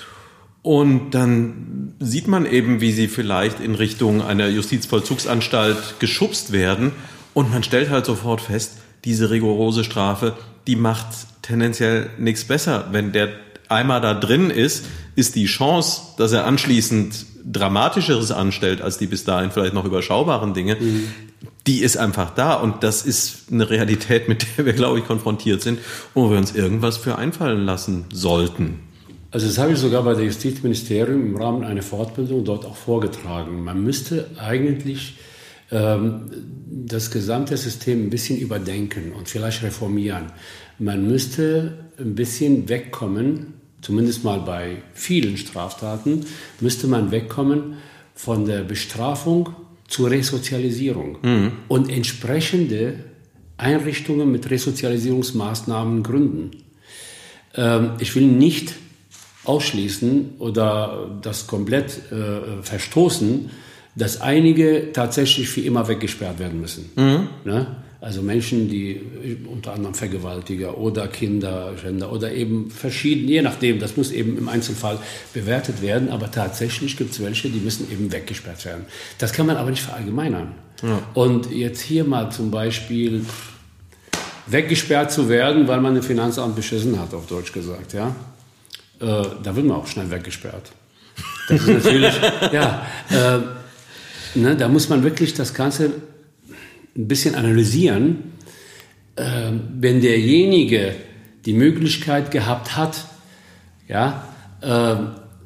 Und dann sieht man eben, wie sie vielleicht in Richtung einer Justizvollzugsanstalt geschubst werden. Und man stellt halt sofort fest, diese rigorose Strafe, die macht tendenziell nichts besser. Wenn der einmal da drin ist, ist die Chance, dass er anschließend Dramatischeres anstellt als die bis dahin vielleicht noch überschaubaren Dinge, mhm. die ist einfach da. Und das ist eine Realität, mit der wir, glaube ich, konfrontiert sind, wo wir uns irgendwas für einfallen lassen sollten. Also das habe ich sogar bei der Justizministerium im Rahmen einer Fortbildung dort auch vorgetragen. Man müsste eigentlich ähm, das gesamte System ein bisschen überdenken und vielleicht reformieren. Man müsste ein bisschen wegkommen, zumindest mal bei vielen Straftaten, müsste man wegkommen von der Bestrafung zur Resozialisierung mhm. und entsprechende Einrichtungen mit Resozialisierungsmaßnahmen gründen. Ähm, ich will nicht ausschließen oder das komplett äh, verstoßen, dass einige tatsächlich für immer weggesperrt werden müssen. Mhm. Ne? Also Menschen, die unter anderem Vergewaltiger oder Kinder, Gender oder eben verschieden, je nachdem, das muss eben im Einzelfall bewertet werden, aber tatsächlich gibt es welche, die müssen eben weggesperrt werden. Das kann man aber nicht verallgemeinern. Ja. Und jetzt hier mal zum Beispiel weggesperrt zu werden, weil man ein Finanzamt beschissen hat, auf Deutsch gesagt, ja, äh, da wird man auch schnell weggesperrt. Das ist natürlich, ja, äh, ne, da muss man wirklich das Ganze ein bisschen analysieren, äh, wenn derjenige die Möglichkeit gehabt hat, ja, äh,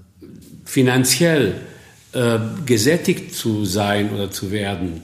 finanziell äh, gesättigt zu sein oder zu werden,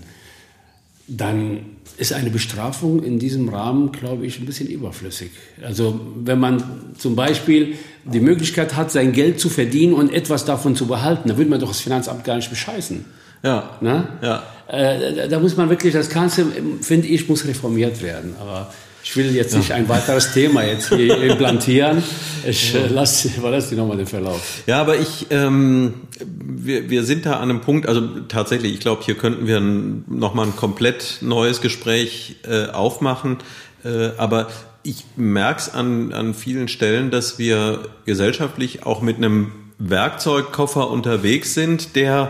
dann ist eine Bestrafung in diesem Rahmen, glaube ich, ein bisschen überflüssig. Also wenn man zum Beispiel die Möglichkeit hat, sein Geld zu verdienen und etwas davon zu behalten, dann würde man doch das Finanzamt gar nicht bescheißen. Ja, ne? Ja. Äh, da muss man wirklich, das Ganze, finde ich, muss reformiert werden. Aber ich will jetzt nicht ja. ein weiteres Thema jetzt hier implantieren. Ich äh, lasse lass dir nochmal den Verlauf. Ja, aber ich, ähm, wir, wir sind da an einem Punkt, also tatsächlich, ich glaube, hier könnten wir nochmal ein komplett neues Gespräch äh, aufmachen. Äh, aber ich merke es an, an vielen Stellen, dass wir gesellschaftlich auch mit einem Werkzeugkoffer unterwegs sind, der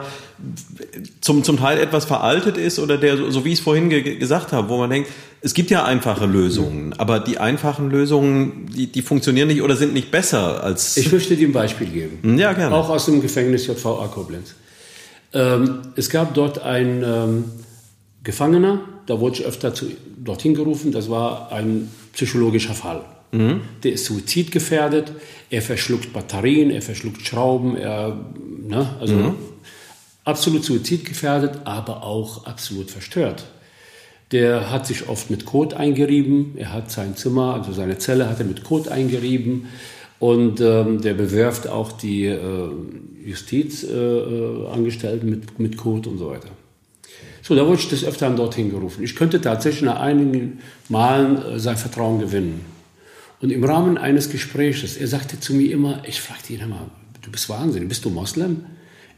zum, zum Teil etwas veraltet ist oder der, so, so wie ich es vorhin ge- gesagt habe, wo man denkt, es gibt ja einfache Lösungen, aber die einfachen Lösungen, die, die funktionieren nicht oder sind nicht besser als... Ich möchte dir ein Beispiel geben. Ja, gerne. Auch aus dem Gefängnis J V A Koblenz. Ähm, es gab dort einen ähm, Gefangener, da wurde ich öfter zu, dorthin gerufen, das war ein psychologischer Fall. Mhm. Der ist suizidgefährdet, er verschluckt Batterien, er verschluckt Schrauben, er, ne, also mhm. absolut suizidgefährdet, aber auch absolut verstört. Der hat sich oft mit Kot eingerieben, er hat sein Zimmer, also seine Zelle hat er mit Kot eingerieben und ähm, der bewirft auch die äh, Justizangestellten äh, mit, mit Kot und so weiter. So, da wurde ich des Öfteren dorthin gerufen. Ich könnte tatsächlich nach einigen Malen äh, sein Vertrauen gewinnen. Und im Rahmen eines Gespräches, er sagte zu mir immer, ich fragte ihn immer, du bist wahnsinnig, bist du Moslem?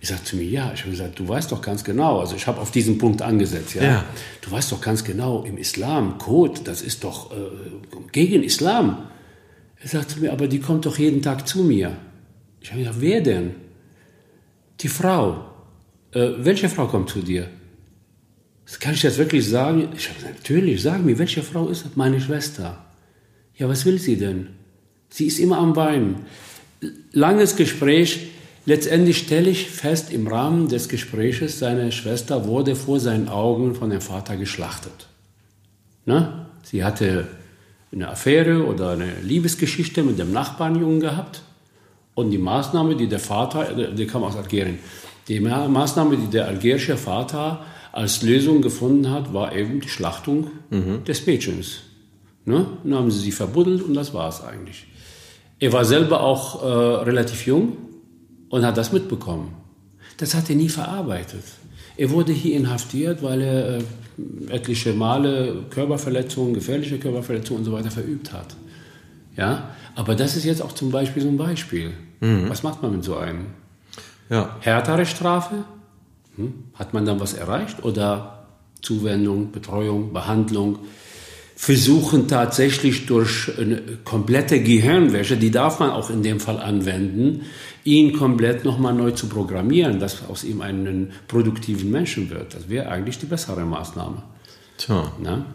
Ich sagte zu mir, ja, ich habe gesagt, du weißt doch ganz genau, also ich habe auf diesen Punkt angesetzt, ja. Ja. Du weißt doch ganz genau, im Islam, Code, das ist doch äh, gegen Islam. Er sagt zu mir, aber die kommt doch jeden Tag zu mir. Ich habe gesagt, wer denn? Die Frau. Äh, welche Frau kommt zu dir? Das kann ich jetzt wirklich sagen? Ich habe gesagt, natürlich, sag mir, welche Frau ist das? Meine Schwester. Ja, was will sie denn? Sie ist immer am Weinen. Langes Gespräch. Letztendlich stelle ich fest, im Rahmen des Gespräches, seine Schwester wurde vor seinen Augen von dem Vater geschlachtet. Ne? Sie hatte eine Affäre oder eine Liebesgeschichte mit dem Nachbarnjungen gehabt. Und die Maßnahme, die der Vater, der kam aus Algerien, die Maßnahme, die der algerische Vater als Lösung gefunden hat, war eben die Schlachtung mhm. des Mädchens. Ne? Dann haben sie sie verbuddelt und das war es eigentlich. Er war selber auch äh, relativ jung und hat das mitbekommen. Das hat er nie verarbeitet. Er wurde hier inhaftiert, weil er äh, etliche Male Körperverletzungen, gefährliche Körperverletzungen und so weiter verübt hat. Ja? Aber das ist jetzt auch zum Beispiel so ein Beispiel. Mhm. Was macht man mit so einem? Ja. Härtere Strafe? Hm? Hat man dann was erreicht? Oder Zuwendung, Betreuung, Behandlung? Versuchen tatsächlich durch eine komplette Gehirnwäsche, die darf man auch in dem Fall anwenden, ihn komplett nochmal neu zu programmieren, dass aus ihm einen produktiven Menschen wird. Das wäre eigentlich die bessere Maßnahme. Tja. Na?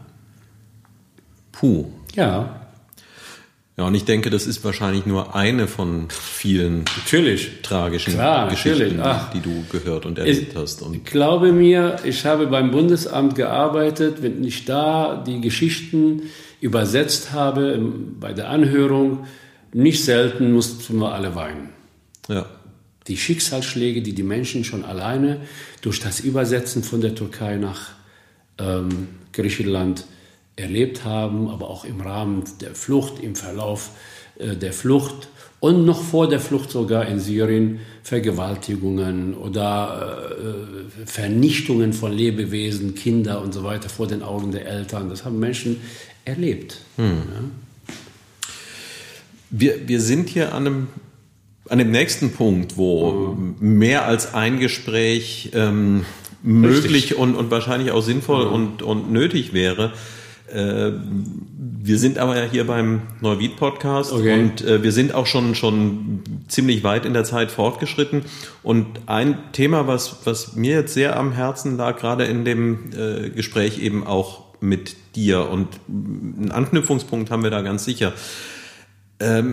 Puh. Ja. Ja, und ich denke, das ist wahrscheinlich nur eine von vielen natürlich. tragischen Klar, Geschichten, Ach, die du gehört und erlebt ich, hast. Und glaube mir, ich habe beim Bundesamt gearbeitet, wenn ich da die Geschichten übersetzt habe bei der Anhörung, nicht selten mussten wir alle weinen. Ja. Die Schicksalsschläge, die die Menschen schon alleine durch das Übersetzen von der Türkei nach ähm, Griechenland erlebt haben, aber auch im Rahmen der Flucht, im Verlauf äh, der Flucht und noch vor der Flucht sogar in Syrien Vergewaltigungen oder äh, Vernichtungen von Lebewesen, Kinder und so weiter vor den Augen der Eltern. Das haben Menschen erlebt. Hm. Ja. Wir, wir sind hier an einem, an dem nächsten Punkt, wo mhm. mehr als ein Gespräch ähm, möglich und, und wahrscheinlich auch sinnvoll mhm. und, und nötig wäre. Wir sind aber ja hier beim Neuwied-Podcast okay. und äh, wir sind auch schon schon ziemlich weit in der Zeit fortgeschritten. Und ein Thema, was was mir jetzt sehr am Herzen lag, gerade in dem äh, Gespräch eben auch mit dir, und einen Anknüpfungspunkt haben wir da ganz sicher. Ähm,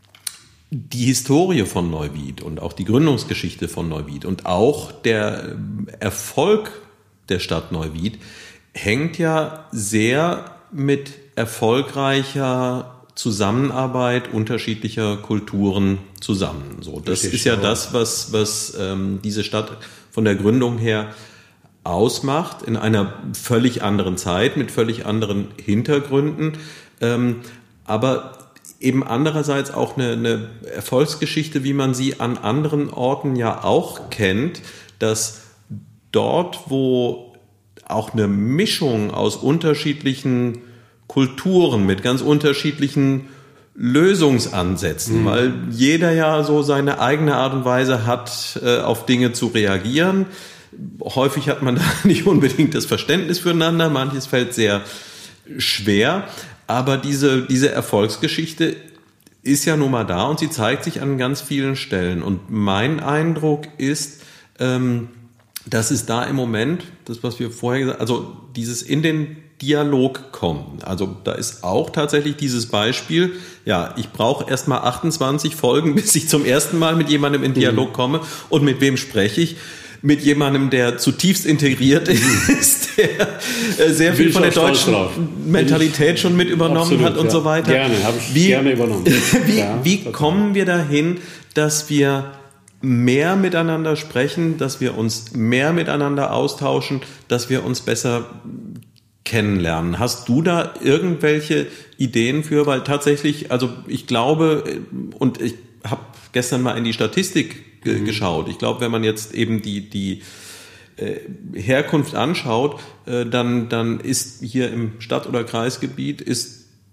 die Historie von Neuwied und auch die Gründungsgeschichte von Neuwied und auch der Erfolg der Stadt Neuwied hängt ja sehr mit erfolgreicher Zusammenarbeit unterschiedlicher Kulturen zusammen. So, das Richtig, ist ja, ja das, was, was ähm, diese Stadt von der Gründung her ausmacht, in einer völlig anderen Zeit, mit völlig anderen Hintergründen, ähm, aber eben andererseits auch eine, eine Erfolgsgeschichte, wie man sie an anderen Orten ja auch kennt, dass dort, wo auch eine Mischung aus unterschiedlichen Kulturen mit ganz unterschiedlichen Lösungsansätzen, mhm. weil jeder ja so seine eigene Art und Weise hat, äh, auf Dinge zu reagieren. Häufig hat man da nicht unbedingt das Verständnis füreinander, manches fällt sehr schwer, aber diese, diese Erfolgsgeschichte ist ja nun mal da und sie zeigt sich an ganz vielen Stellen. Und mein Eindruck ist, ähm, dass es da im Moment, das was wir vorher gesagt haben, also dieses in den Dialog kommen. Also da ist auch tatsächlich dieses Beispiel, ja, ich brauche erstmal achtundzwanzig Folgen, bis ich zum ersten Mal mit jemandem in Dialog komme. Und mit wem spreche ich? Mit jemandem, der zutiefst integriert ist, der äh, sehr viel von der deutschen Mentalität schon mit übernommen Absolut, hat und ja. so weiter. Gerne, habe ich wie, gerne übernommen. Wie, ja, wie kommen wir dahin, dass wir mehr miteinander sprechen, dass wir uns mehr miteinander austauschen, dass wir uns besser kennenlernen? Hast du da irgendwelche Ideen für? Weil tatsächlich, also ich glaube, und ich habe gestern mal in die Statistik ge- mhm. geschaut. Ich glaube, wenn man jetzt eben die die äh, Herkunft anschaut, äh, dann dann ist hier im Stadt- oder Kreisgebiet ist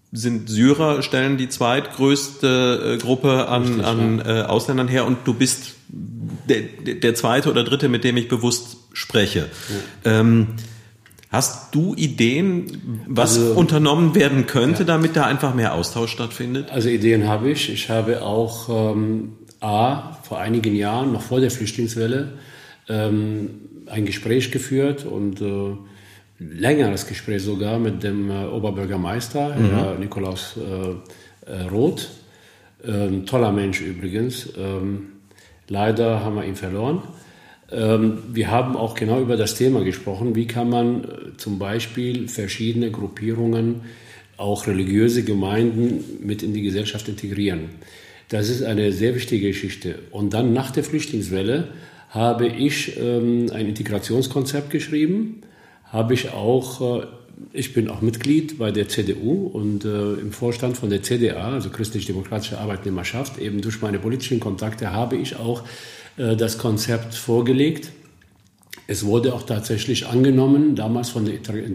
sind Syrer, stellen die zweitgrößte äh, Gruppe an, Richtig, an äh, Ausländern her und du bist der, der zweite oder dritte, mit dem ich bewusst spreche. Ja. Ähm, hast du Ideen, was also, unternommen werden könnte, ja. damit da einfach mehr Austausch stattfindet? Also Ideen habe ich. Ich habe auch ähm, A, vor einigen Jahren, noch vor der Flüchtlingswelle, ähm, ein Gespräch geführt und äh, längeres Gespräch sogar mit dem äh, Oberbürgermeister, mhm. Herr Nikolaus äh, äh, Roth. Ähm, toller Mensch übrigens. Ähm, leider haben wir ihn verloren. Ähm, wir haben auch genau über das Thema gesprochen, wie kann man äh, zum Beispiel verschiedene Gruppierungen, auch religiöse Gemeinden mit in die Gesellschaft integrieren. Das ist eine sehr wichtige Geschichte. Und dann nach der Flüchtlingswelle habe ich ähm, ein Integrationskonzept geschrieben, habe ich auch, äh, ich bin auch Mitglied bei der C D U und äh, im Vorstand von der C D A, also Christlich-Demokratische Arbeitnehmerschaft, eben durch meine politischen Kontakte habe ich auch äh, das Konzept vorgelegt. Es wurde auch tatsächlich angenommen, damals von der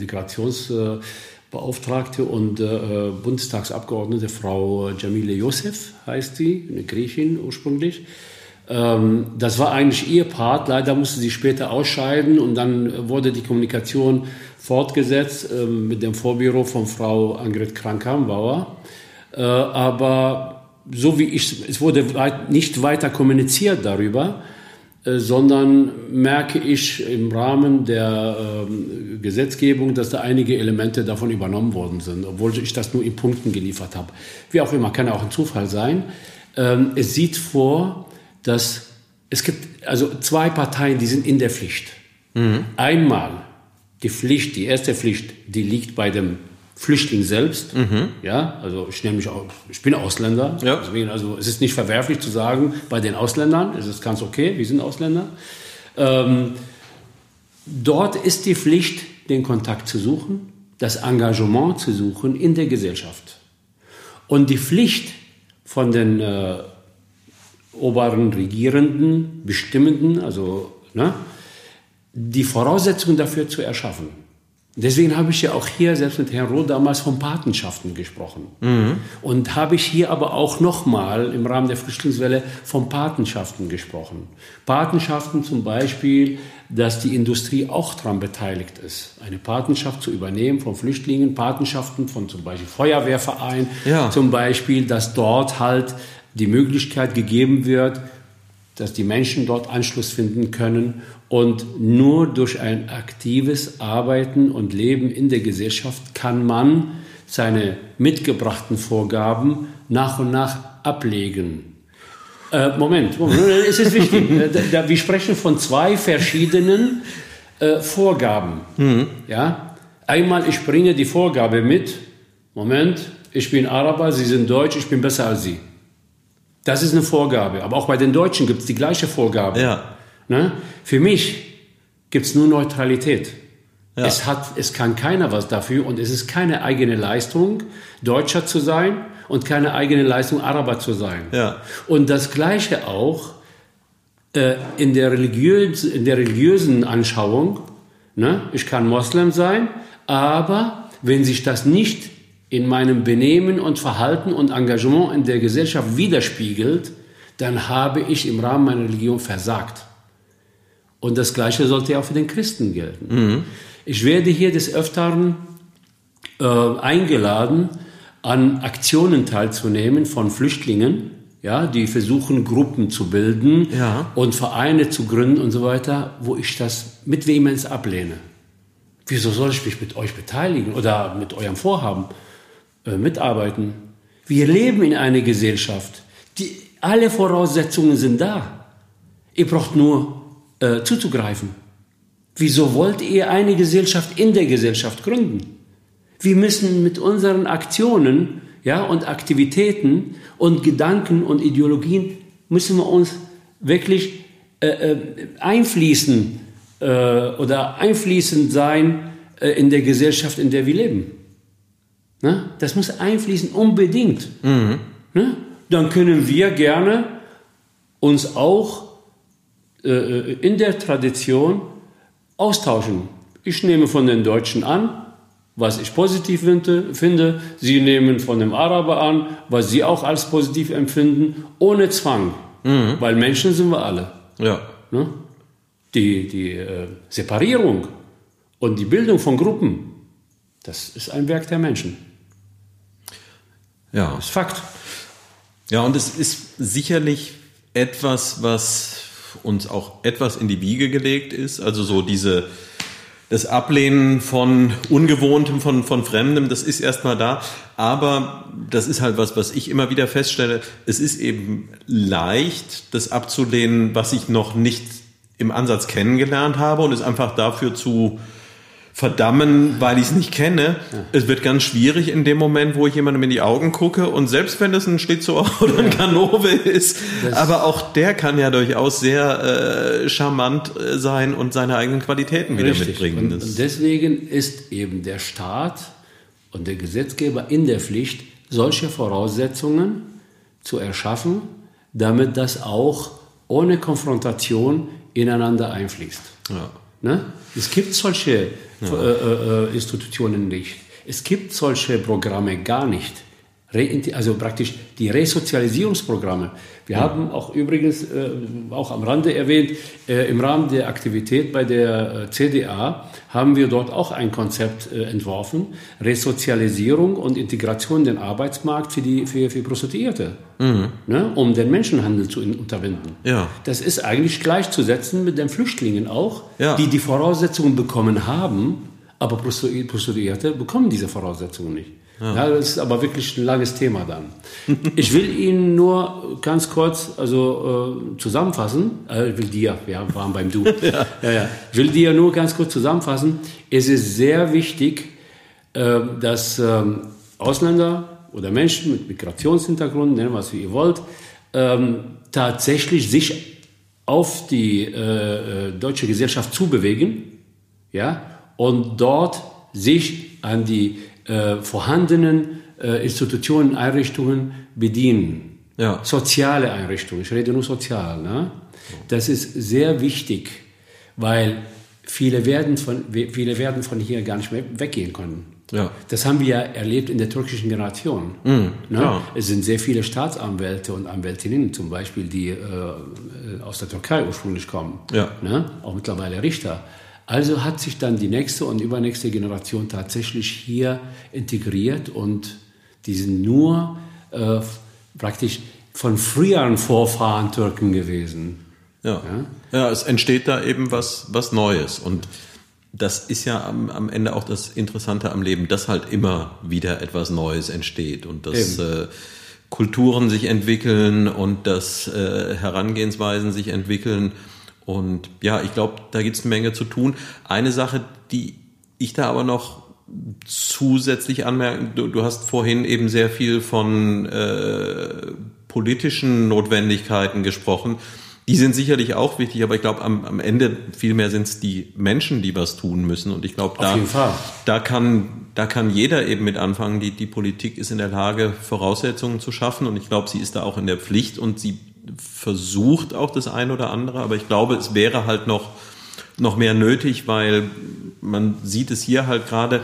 Integrationsbeauftragte äh, und äh, Bundestagsabgeordnete Frau Jamile Youssef heißt sie, eine Griechin ursprünglich. Ähm, das war eigentlich ihr Part, leider musste sie später ausscheiden und dann wurde die Kommunikation fortgesetzt äh, mit dem Vorbüro von Frau Annegret Kramp-Karrenbauer. Äh, aber so wie ich, es wurde weit, nicht weiter kommuniziert darüber, äh, sondern merke ich im Rahmen der äh, Gesetzgebung, dass da einige Elemente davon übernommen worden sind, obwohl ich das nur in Punkten geliefert habe. Wie auch immer, kann auch ein Zufall sein. Ähm, es sieht vor, dass es gibt also zwei Parteien, die sind in der Pflicht. Mhm. Einmal die Pflicht, die erste Pflicht, die liegt bei dem Flüchtling selbst. Mhm. Ja, also ich nehme mich auch, ich bin Ausländer. Ja. Deswegen, also es ist nicht verwerflich zu sagen, bei den Ausländern, es ist ganz okay, wir sind Ausländer. Ähm, dort ist die Pflicht, den Kontakt zu suchen, das Engagement zu suchen in der Gesellschaft. Und die Pflicht von den äh, oberen Regierenden, Bestimmenden, also ne, die Voraussetzungen dafür zu erschaffen. Deswegen habe ich ja auch hier, selbst mit Herrn Roth damals, von Patenschaften gesprochen. Mhm. Und habe ich hier aber auch nochmal im Rahmen der Flüchtlingswelle von Patenschaften gesprochen. Patenschaften zum Beispiel, dass die Industrie auch daran beteiligt ist, eine Patenschaft zu übernehmen von Flüchtlingen, Patenschaften von zum Beispiel Feuerwehrvereinen, ja. Zum Beispiel, dass dort halt die Möglichkeit gegeben wird, dass die Menschen dort Anschluss finden können und nur durch ein aktives Arbeiten und Leben in der Gesellschaft kann man seine mitgebrachten Vorgaben nach und nach ablegen. Äh, Moment, Moment, es ist wichtig. Wir sprechen von zwei verschiedenen äh, Vorgaben. Mhm. Ja? Einmal, ich bringe die Vorgabe mit, Moment, ich bin Araber, Sie sind Deutsch, ich bin besser als Sie. Das ist eine Vorgabe. Aber auch bei den Deutschen gibt es die gleiche Vorgabe. Ja. Ne? Für mich gibt es nur Neutralität. Ja. Es hat, es kann keiner was dafür und es ist keine eigene Leistung, Deutscher zu sein und keine eigene Leistung, Araber zu sein. Ja. Und das Gleiche auch äh, in, der religiös, in der religiösen Anschauung. Ne? Ich kann Moslem sein, aber wenn sich das nicht in meinem Benehmen und Verhalten und Engagement in der Gesellschaft widerspiegelt, dann habe ich im Rahmen meiner Religion versagt. Und das Gleiche sollte ja auch für den Christen gelten. Mhm. Ich werde hier des Öfteren äh, eingeladen, an Aktionen teilzunehmen von Flüchtlingen, ja, die versuchen, Gruppen zu bilden ja. und Vereine zu gründen und so weiter, wo ich das mit Vehemenz ablehne. Wieso soll ich mich mit euch beteiligen oder mit eurem Vorhaben mitarbeiten? Wir leben in einer Gesellschaft, die, alle Voraussetzungen sind da. Ihr braucht nur äh, zuzugreifen. Wieso wollt ihr eine Gesellschaft in der Gesellschaft gründen? Wir müssen mit unseren Aktionen, ja, und Aktivitäten und Gedanken und Ideologien müssen wir uns wirklich äh, äh, einfließen äh, oder einfließend sein äh, in der Gesellschaft, in der wir leben. Ne? Das muss einfließen, unbedingt. Mhm. Ne? Dann können wir gerne uns auch äh, in der Tradition austauschen. Ich nehme von den Deutschen an, was ich positiv finde, finde. Sie nehmen von dem Araber an, was sie auch als positiv empfinden, ohne Zwang. Mhm. Weil Menschen sind wir alle. Ja. Ne? Die, die äh, Separierung und die Bildung von Gruppen, das ist ein Werk der Menschen. Ja. Das ist Fakt. Ja, und es ist sicherlich etwas, was uns auch etwas in die Wiege gelegt ist. Also so diese, das Ablehnen von Ungewohntem, von, von Fremdem, das ist erstmal da. Aber das ist halt was, was ich immer wieder feststelle. Es ist eben leicht, das abzulehnen, was ich noch nicht im Ansatz kennengelernt habe und es einfach dafür zu verdammen, weil ich es nicht kenne. Ja. Es wird ganz schwierig in dem Moment, wo ich jemandem in die Augen gucke und selbst wenn es ein Schlitzohr oder ein Ganove ist, das aber auch der kann ja durchaus sehr äh, charmant sein und seine eigenen Qualitäten wieder Richtig. mitbringen. Und, und deswegen ist eben der Staat und der Gesetzgeber in der Pflicht, solche Voraussetzungen zu erschaffen, damit das auch ohne Konfrontation ineinander einfließt. Ja. Ne? Es gibt solche ja. äh, äh, Institutionen nicht. Es gibt solche Programme gar nicht. Re- also praktisch die Resozialisierungsprogramme. Wir ja. haben auch übrigens, äh, auch am Rande erwähnt, äh, im Rahmen der Aktivität bei der äh, C D A haben wir dort auch ein Konzept äh, entworfen, Resozialisierung und Integration in den Arbeitsmarkt für die für, für Prostituierte, mhm. ne, um den Menschenhandel zu unterbinden. Ja. Das ist eigentlich gleichzusetzen mit den Flüchtlingen auch, ja. die die Voraussetzungen bekommen haben, aber Prostituierte bekommen diese Voraussetzungen nicht. Ja. Ja, das ist aber wirklich ein langes Thema dann. Ich will Ihnen nur ganz kurz also äh, zusammenfassen, äh, ich will dir, wir waren beim Du, ja. Ja, ja. Ich will dir nur ganz kurz zusammenfassen, es ist sehr wichtig, äh, dass äh, Ausländer oder Menschen mit Migrationshintergrund, nennen was wie ihr wollt, äh, tatsächlich sich auf die äh, deutsche Gesellschaft zubewegen, ja, und dort sich an die Äh, vorhandenen äh, Institutionen, Einrichtungen bedienen. Ja. Soziale Einrichtungen, ich rede nur sozial. Ne? Das ist sehr wichtig, weil viele werden von, viele werden von hier gar nicht mehr weggehen können. Ja. Das haben wir ja erlebt in der türkischen Generation. Mhm, ne? ja. Es sind sehr viele Staatsanwälte und Anwältinnen zum Beispiel, die äh, aus der Türkei ursprünglich kommen. Ja. Ne? Auch mittlerweile Richter. Also hat sich dann die nächste und übernächste Generation tatsächlich hier integriert und die sind nur äh, praktisch von früheren Vorfahren Türken gewesen. Ja. ja, ja, es entsteht da eben was, was Neues und das ist ja am, am Ende auch das Interessante am Leben, dass halt immer wieder etwas Neues entsteht und dass äh, Kulturen sich entwickeln und dass äh, Herangehensweisen sich entwickeln. Und ja, ich glaube, da gibt es eine Menge zu tun. Eine Sache, die ich da aber noch zusätzlich anmerken, du, du hast vorhin eben sehr viel von äh, politischen Notwendigkeiten gesprochen. Die sind sicherlich auch wichtig, aber ich glaube, am, am Ende vielmehr sind es die Menschen, die was tun müssen. Und ich glaube, da, da, kann, da kann jeder eben mit anfangen. Die, die Politik ist in der Lage, Voraussetzungen zu schaffen. Und ich glaube, sie ist da auch in der Pflicht und sie versucht auch das eine oder andere, aber ich glaube, es wäre halt noch, noch mehr nötig, weil man sieht es hier halt gerade,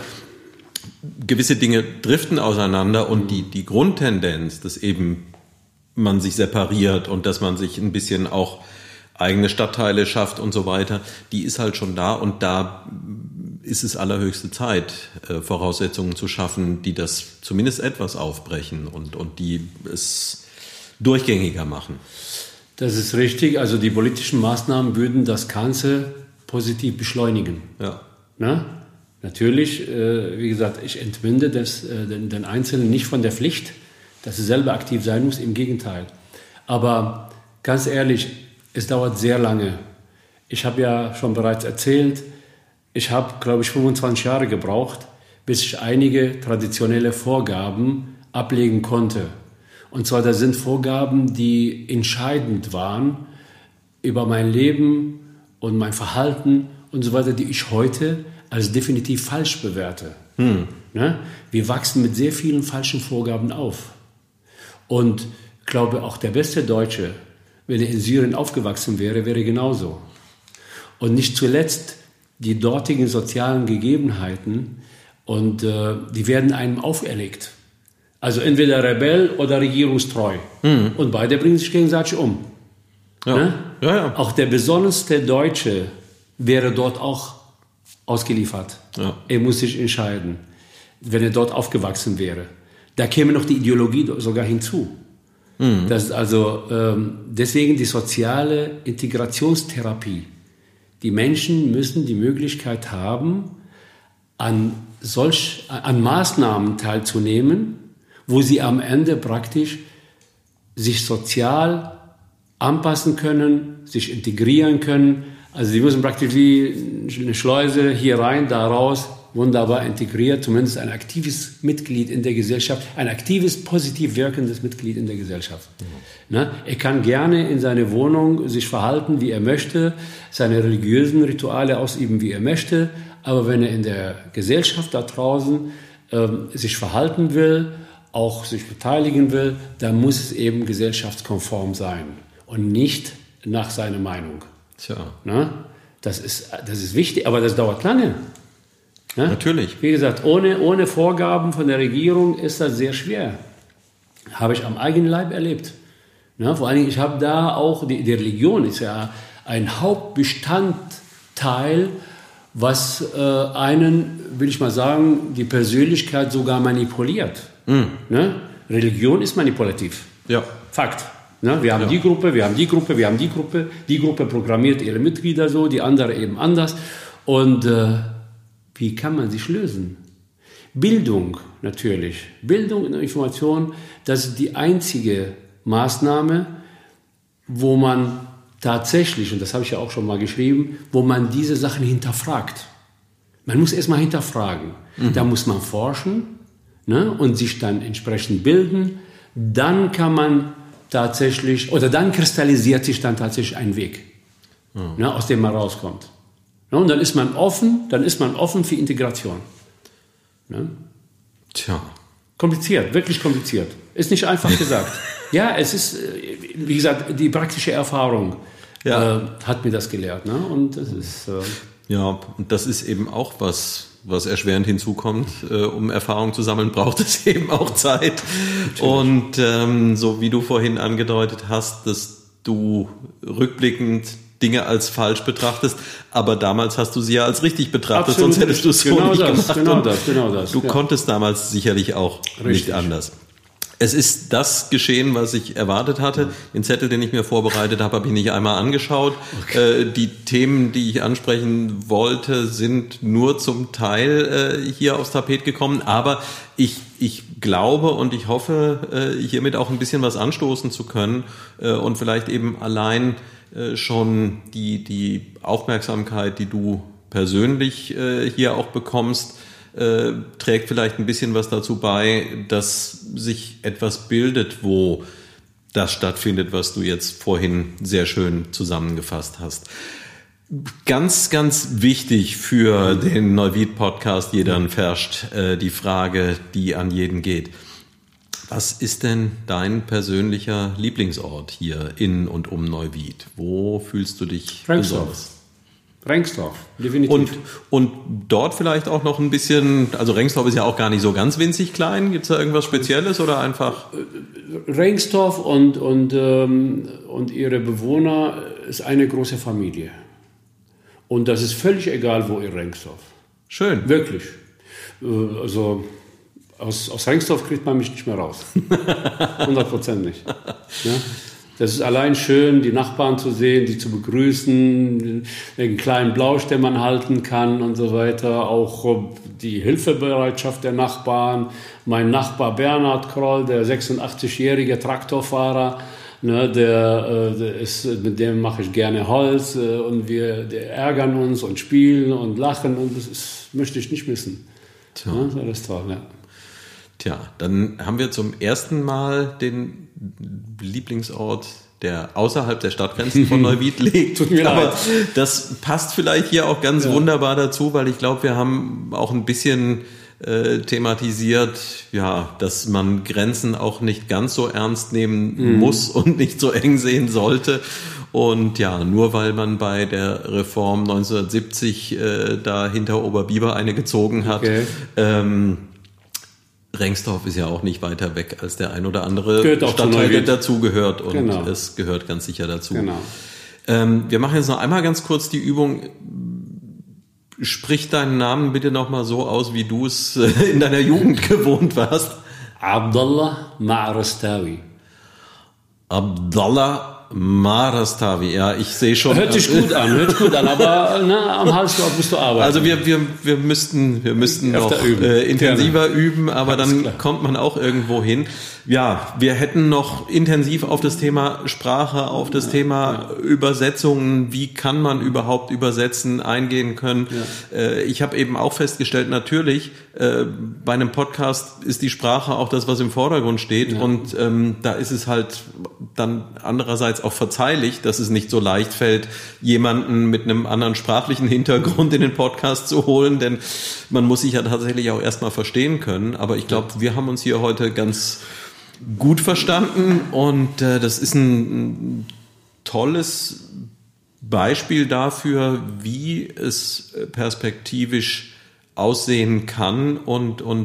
gewisse Dinge driften auseinander und die, die Grundtendenz, dass eben man sich separiert und dass man sich ein bisschen auch eigene Stadtteile schafft und so weiter, die ist halt schon da und da ist es allerhöchste Zeit, äh, Voraussetzungen zu schaffen, die das zumindest etwas aufbrechen und, und die es durchgängiger machen. Das ist richtig. Also die politischen Maßnahmen würden das Ganze positiv beschleunigen. Ja. Na? Natürlich, äh, wie gesagt, ich entbinde das, äh, den, den Einzelnen nicht von der Pflicht, dass er selber aktiv sein muss, im Gegenteil. Aber ganz ehrlich, es dauert sehr lange. Ich habe ja schon bereits erzählt, ich habe, glaube ich, fünfundzwanzig Jahre gebraucht, bis ich einige traditionelle Vorgaben ablegen konnte. Und zwar, das sind Vorgaben, die entscheidend waren über mein Leben und mein Verhalten und so weiter, die ich heute als definitiv falsch bewerte. Hm. Ne? Wir wachsen mit sehr vielen falschen Vorgaben auf. Und ich glaube, auch der beste Deutsche, wenn er in Syrien aufgewachsen wäre, wäre genauso. Und nicht zuletzt die dortigen sozialen Gegebenheiten Und äh, die werden einem auferlegt. Also entweder Rebell oder regierungstreu. Mhm. Und beide bringen sich gegenseitig um. Ja. Ne? Ja, ja. Auch der besonnenste Deutsche wäre dort auch ausgeliefert. Ja. Er muss sich entscheiden, wenn er dort aufgewachsen wäre. Da käme noch die Ideologie sogar hinzu. Mhm. Das ist also ähm, deswegen die soziale Integrationstherapie. Die Menschen müssen die Möglichkeit haben, an solch an Maßnahmen teilzunehmen, wo sie am Ende praktisch sich sozial anpassen können, sich integrieren können. Also sie müssen praktisch wie eine Schleuse hier rein, da raus, wunderbar integriert, zumindest ein aktives Mitglied in der Gesellschaft, ein aktives, positiv wirkendes Mitglied in der Gesellschaft. Mhm. Ne? Er kann gerne in seiner Wohnung sich verhalten, wie er möchte, seine religiösen Rituale ausüben, wie er möchte, aber wenn er in der Gesellschaft da draußen ähm, sich verhalten will, auch sich beteiligen will, dann muss es eben gesellschaftskonform sein und nicht nach seiner Meinung. Tja. Ne? Das ist, das ist wichtig, aber das dauert lange. Ne? Natürlich. Wie gesagt, ohne, ohne Vorgaben von der Regierung ist das sehr schwer. Habe ich am eigenen Leib erlebt. Ne? Vor allen Dingen, ich habe da auch, die, die Religion ist ja ein Hauptbestandteil, was äh, einen, will ich mal sagen, die Persönlichkeit sogar manipuliert. Mm. Ne? Religion ist manipulativ. Ja. Fakt. Ne? Wir haben ja. die Gruppe, wir haben die Gruppe, wir haben die Gruppe. Die Gruppe programmiert ihre Mitglieder so, die andere eben anders. Und äh, wie kann man sich lösen? Bildung natürlich. Bildung und Information, das ist die einzige Maßnahme, wo man tatsächlich, und das habe ich ja auch schon mal geschrieben, wo man diese Sachen hinterfragt. Man muss erstmal hinterfragen. Mhm. Da muss man forschen, ne, und sich dann entsprechend bilden. Dann kann man tatsächlich, oder dann kristallisiert sich dann tatsächlich ein Weg, mhm. ne, aus dem man rauskommt. Ne, und dann ist man offen, dann ist man offen für Integration. Ne? Tja. Kompliziert, wirklich kompliziert. Ist nicht einfach gesagt. Ja, es ist, wie gesagt, die praktische Erfahrung ja. äh, hat mir das gelehrt. Ne? Und das ist, äh ja, und das ist eben auch was, was erschwerend hinzukommt. Äh, um Erfahrung zu sammeln, braucht es eben auch Zeit. Natürlich. Und ähm, so wie du vorhin angedeutet hast, dass du rückblickend Dinge als falsch betrachtest, aber damals hast du sie ja als richtig betrachtet, Absolut, sonst hättest du es so genau nicht das, gemacht. Genau das, genau das. Du ja. konntest damals sicherlich auch richtig. Nicht anders. Es ist das geschehen, was ich erwartet hatte. Den Zettel, den ich mir vorbereitet habe, habe ich nicht einmal angeschaut. Okay. Äh, die Themen, die ich ansprechen wollte, sind nur zum Teil äh, hier aufs Tapet gekommen. Aber ich, ich glaube und ich hoffe, äh, hiermit auch ein bisschen was anstoßen zu können äh, und vielleicht eben allein äh, schon die, die Aufmerksamkeit, die du persönlich äh, hier auch bekommst, Äh, trägt vielleicht ein bisschen was dazu bei, dass sich etwas bildet, wo das stattfindet, was du jetzt vorhin sehr schön zusammengefasst hast. Ganz, ganz wichtig für den Neuwied-Podcast Jedern Ferscht, äh, die Frage, die an jeden geht. Was ist denn dein persönlicher Lieblingsort hier in und um Neuwied? Wo fühlst du dich besonders? Rengsdorf, definitiv. Und, und dort vielleicht auch noch ein bisschen, also Rengsdorf ist ja auch gar nicht so ganz winzig klein. Gibt es da irgendwas Spezielles oder einfach? Rengsdorf und, und, ähm, und ihre Bewohner ist eine große Familie. Und das ist völlig egal, wo in Rengsdorf. Schön. Wirklich. Äh, also aus, aus Rengsdorf kriegt man mich nicht mehr raus. hundert Prozent nicht. Ja? Das ist allein schön, die Nachbarn zu sehen, die zu begrüßen, den kleinen Blausch, den man halten kann und so weiter. Auch die Hilfebereitschaft der Nachbarn. Mein Nachbar Bernhard Kroll, der sechsundachtzig-jährige Traktorfahrer, ne, der, der ist, mit dem mache ich gerne Holz und wir der ärgern uns und spielen und lachen und das ist, möchte ich nicht missen. Tja. Ja, das ist toll, ja. Tja, dann haben wir zum ersten Mal den Lieblingsort, der außerhalb der Stadtgrenzen von Neuwied liegt. Tut mir Aber leid. das passt vielleicht hier auch ganz ja. wunderbar dazu, weil ich glaube, wir haben auch ein bisschen äh, thematisiert, ja, dass man Grenzen auch nicht ganz so ernst nehmen mhm. muss und nicht so eng sehen sollte. Und ja, nur weil man bei der Reform neunzehnhundertsiebzig äh, da hinter Oberbiber eine gezogen hat, okay. ähm, Rengsdorf ist ja auch nicht weiter weg, als der ein oder andere Stadtteil, der dazugehört. Und genau. es gehört ganz sicher dazu. Genau. Ähm, wir machen jetzt noch einmal ganz kurz die Übung. Sprich deinen Namen bitte nochmal so aus, wie du es in deiner Jugend gewohnt warst. Abdallah Ma'rastawi. Abdallah Ma'rastawi, ja, ich sehe schon. Hört sich gut an, hört sich gut an, aber ne, am Halsort musst du arbeiten. Also wir, wir, wir müssten, wir müssten noch äh, intensiver Gerne. üben, aber Alles dann klar. kommt man auch irgendwo hin. Ja, wir hätten noch intensiv auf das Thema Sprache, auf das ja, Thema ja. Übersetzungen, wie kann man überhaupt übersetzen, eingehen können. Ja. Äh, ich habe eben auch festgestellt, natürlich, äh, bei einem Podcast ist die Sprache auch das, was im Vordergrund steht. Ja. Und ähm, da ist es halt dann andererseits auch verzeihlich, dass es nicht so leicht fällt, jemanden mit einem anderen sprachlichen Hintergrund in den Podcast zu holen, denn man muss sich ja tatsächlich auch erstmal verstehen können. Aber ich glaube, wir haben uns hier heute ganz gut verstanden und äh, das ist ein, ein tolles Beispiel dafür, wie es perspektivisch aussehen kann und, und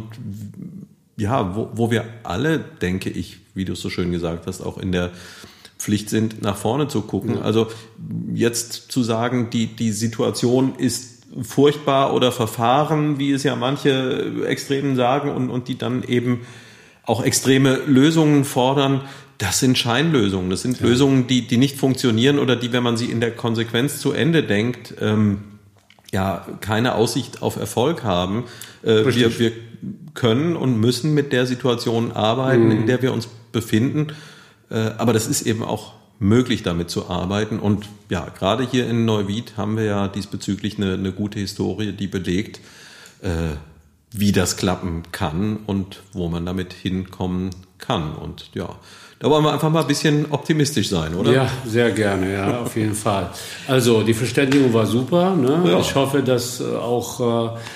ja, wo, wo wir alle, denke ich, wie du es so schön gesagt hast, auch in der Pflicht sind, nach vorne zu gucken. Ja. Also jetzt zu sagen, die, die Situation ist furchtbar oder verfahren, wie es ja manche Extremen sagen und, und die dann eben auch extreme Lösungen fordern, das sind Scheinlösungen. Das sind ja. Lösungen, die, die nicht funktionieren oder die, wenn man sie in der Konsequenz zu Ende denkt, ähm, ja, keine Aussicht auf Erfolg haben. Äh, wir, wir können und müssen mit der Situation arbeiten, mhm. in der wir uns befinden. Äh, aber das ist eben auch möglich, damit zu arbeiten. Und ja, gerade hier in Neuwied haben wir ja diesbezüglich eine, eine gute Historie, die belegt, äh, wie das klappen kann und wo man damit hinkommen kann. Und ja, da wollen wir einfach mal ein bisschen optimistisch sein, oder? Ja, sehr gerne, ja, auf jeden Fall. Also die Verständigung war super. Ne? Ja. Ich hoffe, dass auch äh,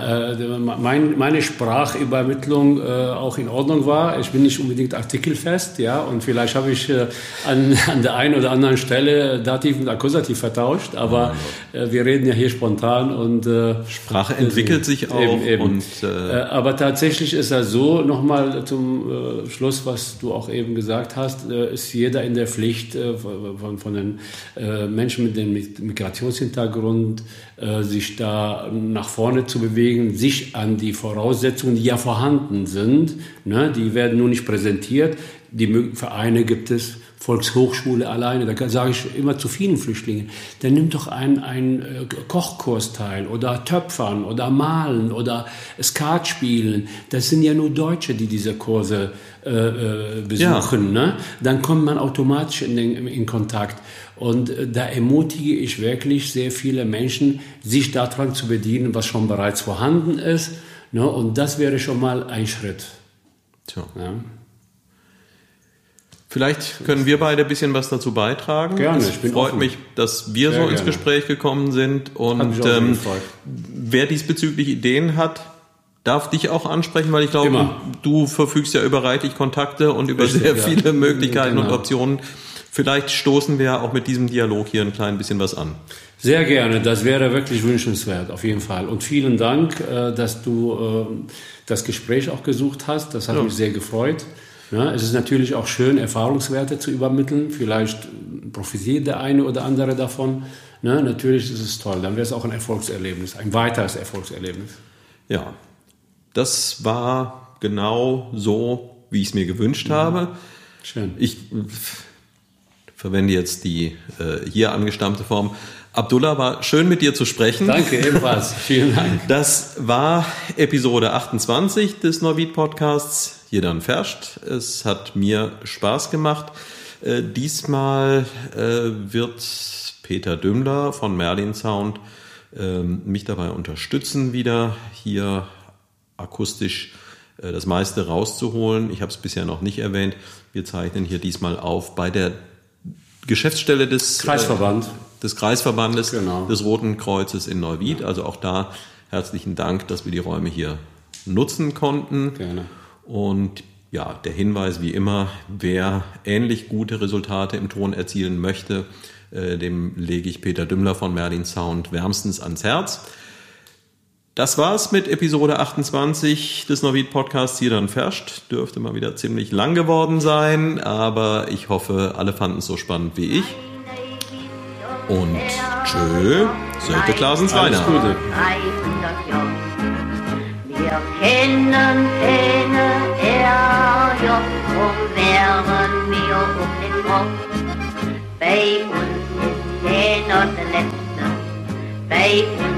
mein, meine Sprachübermittlung äh, auch in Ordnung war. Ich bin nicht unbedingt artikelfest, ja, und vielleicht habe ich äh, an, an der einen oder anderen Stelle Dativ und Akkusativ vertauscht, aber äh, wir reden ja hier spontan und äh, Sprache entwickelt also, sich auch. Eben, eben. Und, äh, äh, aber tatsächlich ist das so, nochmal zum äh, Schluss, was du auch eben gesagt hast, äh, ist jeder in der Pflicht äh, von, von den äh, Menschen mit dem Migrationshintergrund, äh, sich da nach vorne zu bewegen, sich an die Voraussetzungen, die ja vorhanden sind, ne, die werden nur nicht präsentiert. Die Vereine gibt es, Volkshochschule alleine, da sage ich immer zu vielen Flüchtlingen, dann nimm doch einen, einen Kochkurs teil oder Töpfern oder Malen oder Skat spielen. Das sind ja nur Deutsche, die diese Kurse äh, besuchen. Ja. Ne? Dann kommt man automatisch in, den, in Kontakt. Und da ermutige ich wirklich sehr viele Menschen, sich daran zu bedienen, was schon bereits vorhanden ist. Ne? Und das wäre schon mal ein Schritt. Tja. Ja. Vielleicht können wir beide ein bisschen was dazu beitragen. Gerne, es ich bin freut offen. mich, dass wir Sehr so ins gerne. Gespräch gekommen sind. Und ähm, wer diesbezüglich Ideen hat, darf dich auch ansprechen, weil ich glaube, Immer. du verfügst ja über reichlich Kontakte und über Richtig, sehr ja. viele Möglichkeiten Genau. und Optionen. Vielleicht stoßen wir auch mit diesem Dialog hier ein klein bisschen was an. Sehr gerne, das wäre wirklich wünschenswert, auf jeden Fall. Und vielen Dank, äh, dass du äh, das Gespräch auch gesucht hast. Das hat ja. mich sehr gefreut. Ja, es ist natürlich auch schön, Erfahrungswerte zu übermitteln. Vielleicht profitiert der eine oder andere davon. Ja, natürlich ist es toll. Dann wäre es auch ein Erfolgserlebnis, ein weiteres Erfolgserlebnis. Ja, das war genau so, wie ich es mir gewünscht ja. habe. Schön. Ich verwende jetzt die äh, hier angestammte Form. Abdullah, war schön mit dir zu sprechen. Danke, ebenfalls. Vielen Dank. Das war Episode achtundzwanzig des Neuwied Podcasts. Jedan Ferscht. Es hat mir Spaß gemacht. Äh, diesmal äh, wird Peter Dümmler von Merlin Sound äh, mich dabei unterstützen, wieder hier akustisch äh, das meiste rauszuholen. Ich habe es bisher noch nicht erwähnt. Wir zeichnen hier diesmal auf bei der Geschäftsstelle des Kreisverband. Äh, des Kreisverbandes genau. des Roten Kreuzes in Neuwied. Also auch da herzlichen Dank, dass wir die Räume hier nutzen konnten. Gerne. Und ja, der Hinweis wie immer, wer ähnlich gute Resultate im Ton erzielen möchte, Äh, dem lege ich Peter Dümmler von Merlin Sound wärmstens ans Herz. Das war's mit Episode achtundzwanzig des Neuwied Podcasts hier dann Ferscht. Dürfte mal wieder ziemlich lang geworden sein, aber ich hoffe, alle fanden es so spannend wie ich. Und tschö, Sölte Klaasens Weiner. Alles Gute. Wir kennen keine Ärger, drum wären wir um den Kopf. Bei uns ist keiner der Letzte, bei uns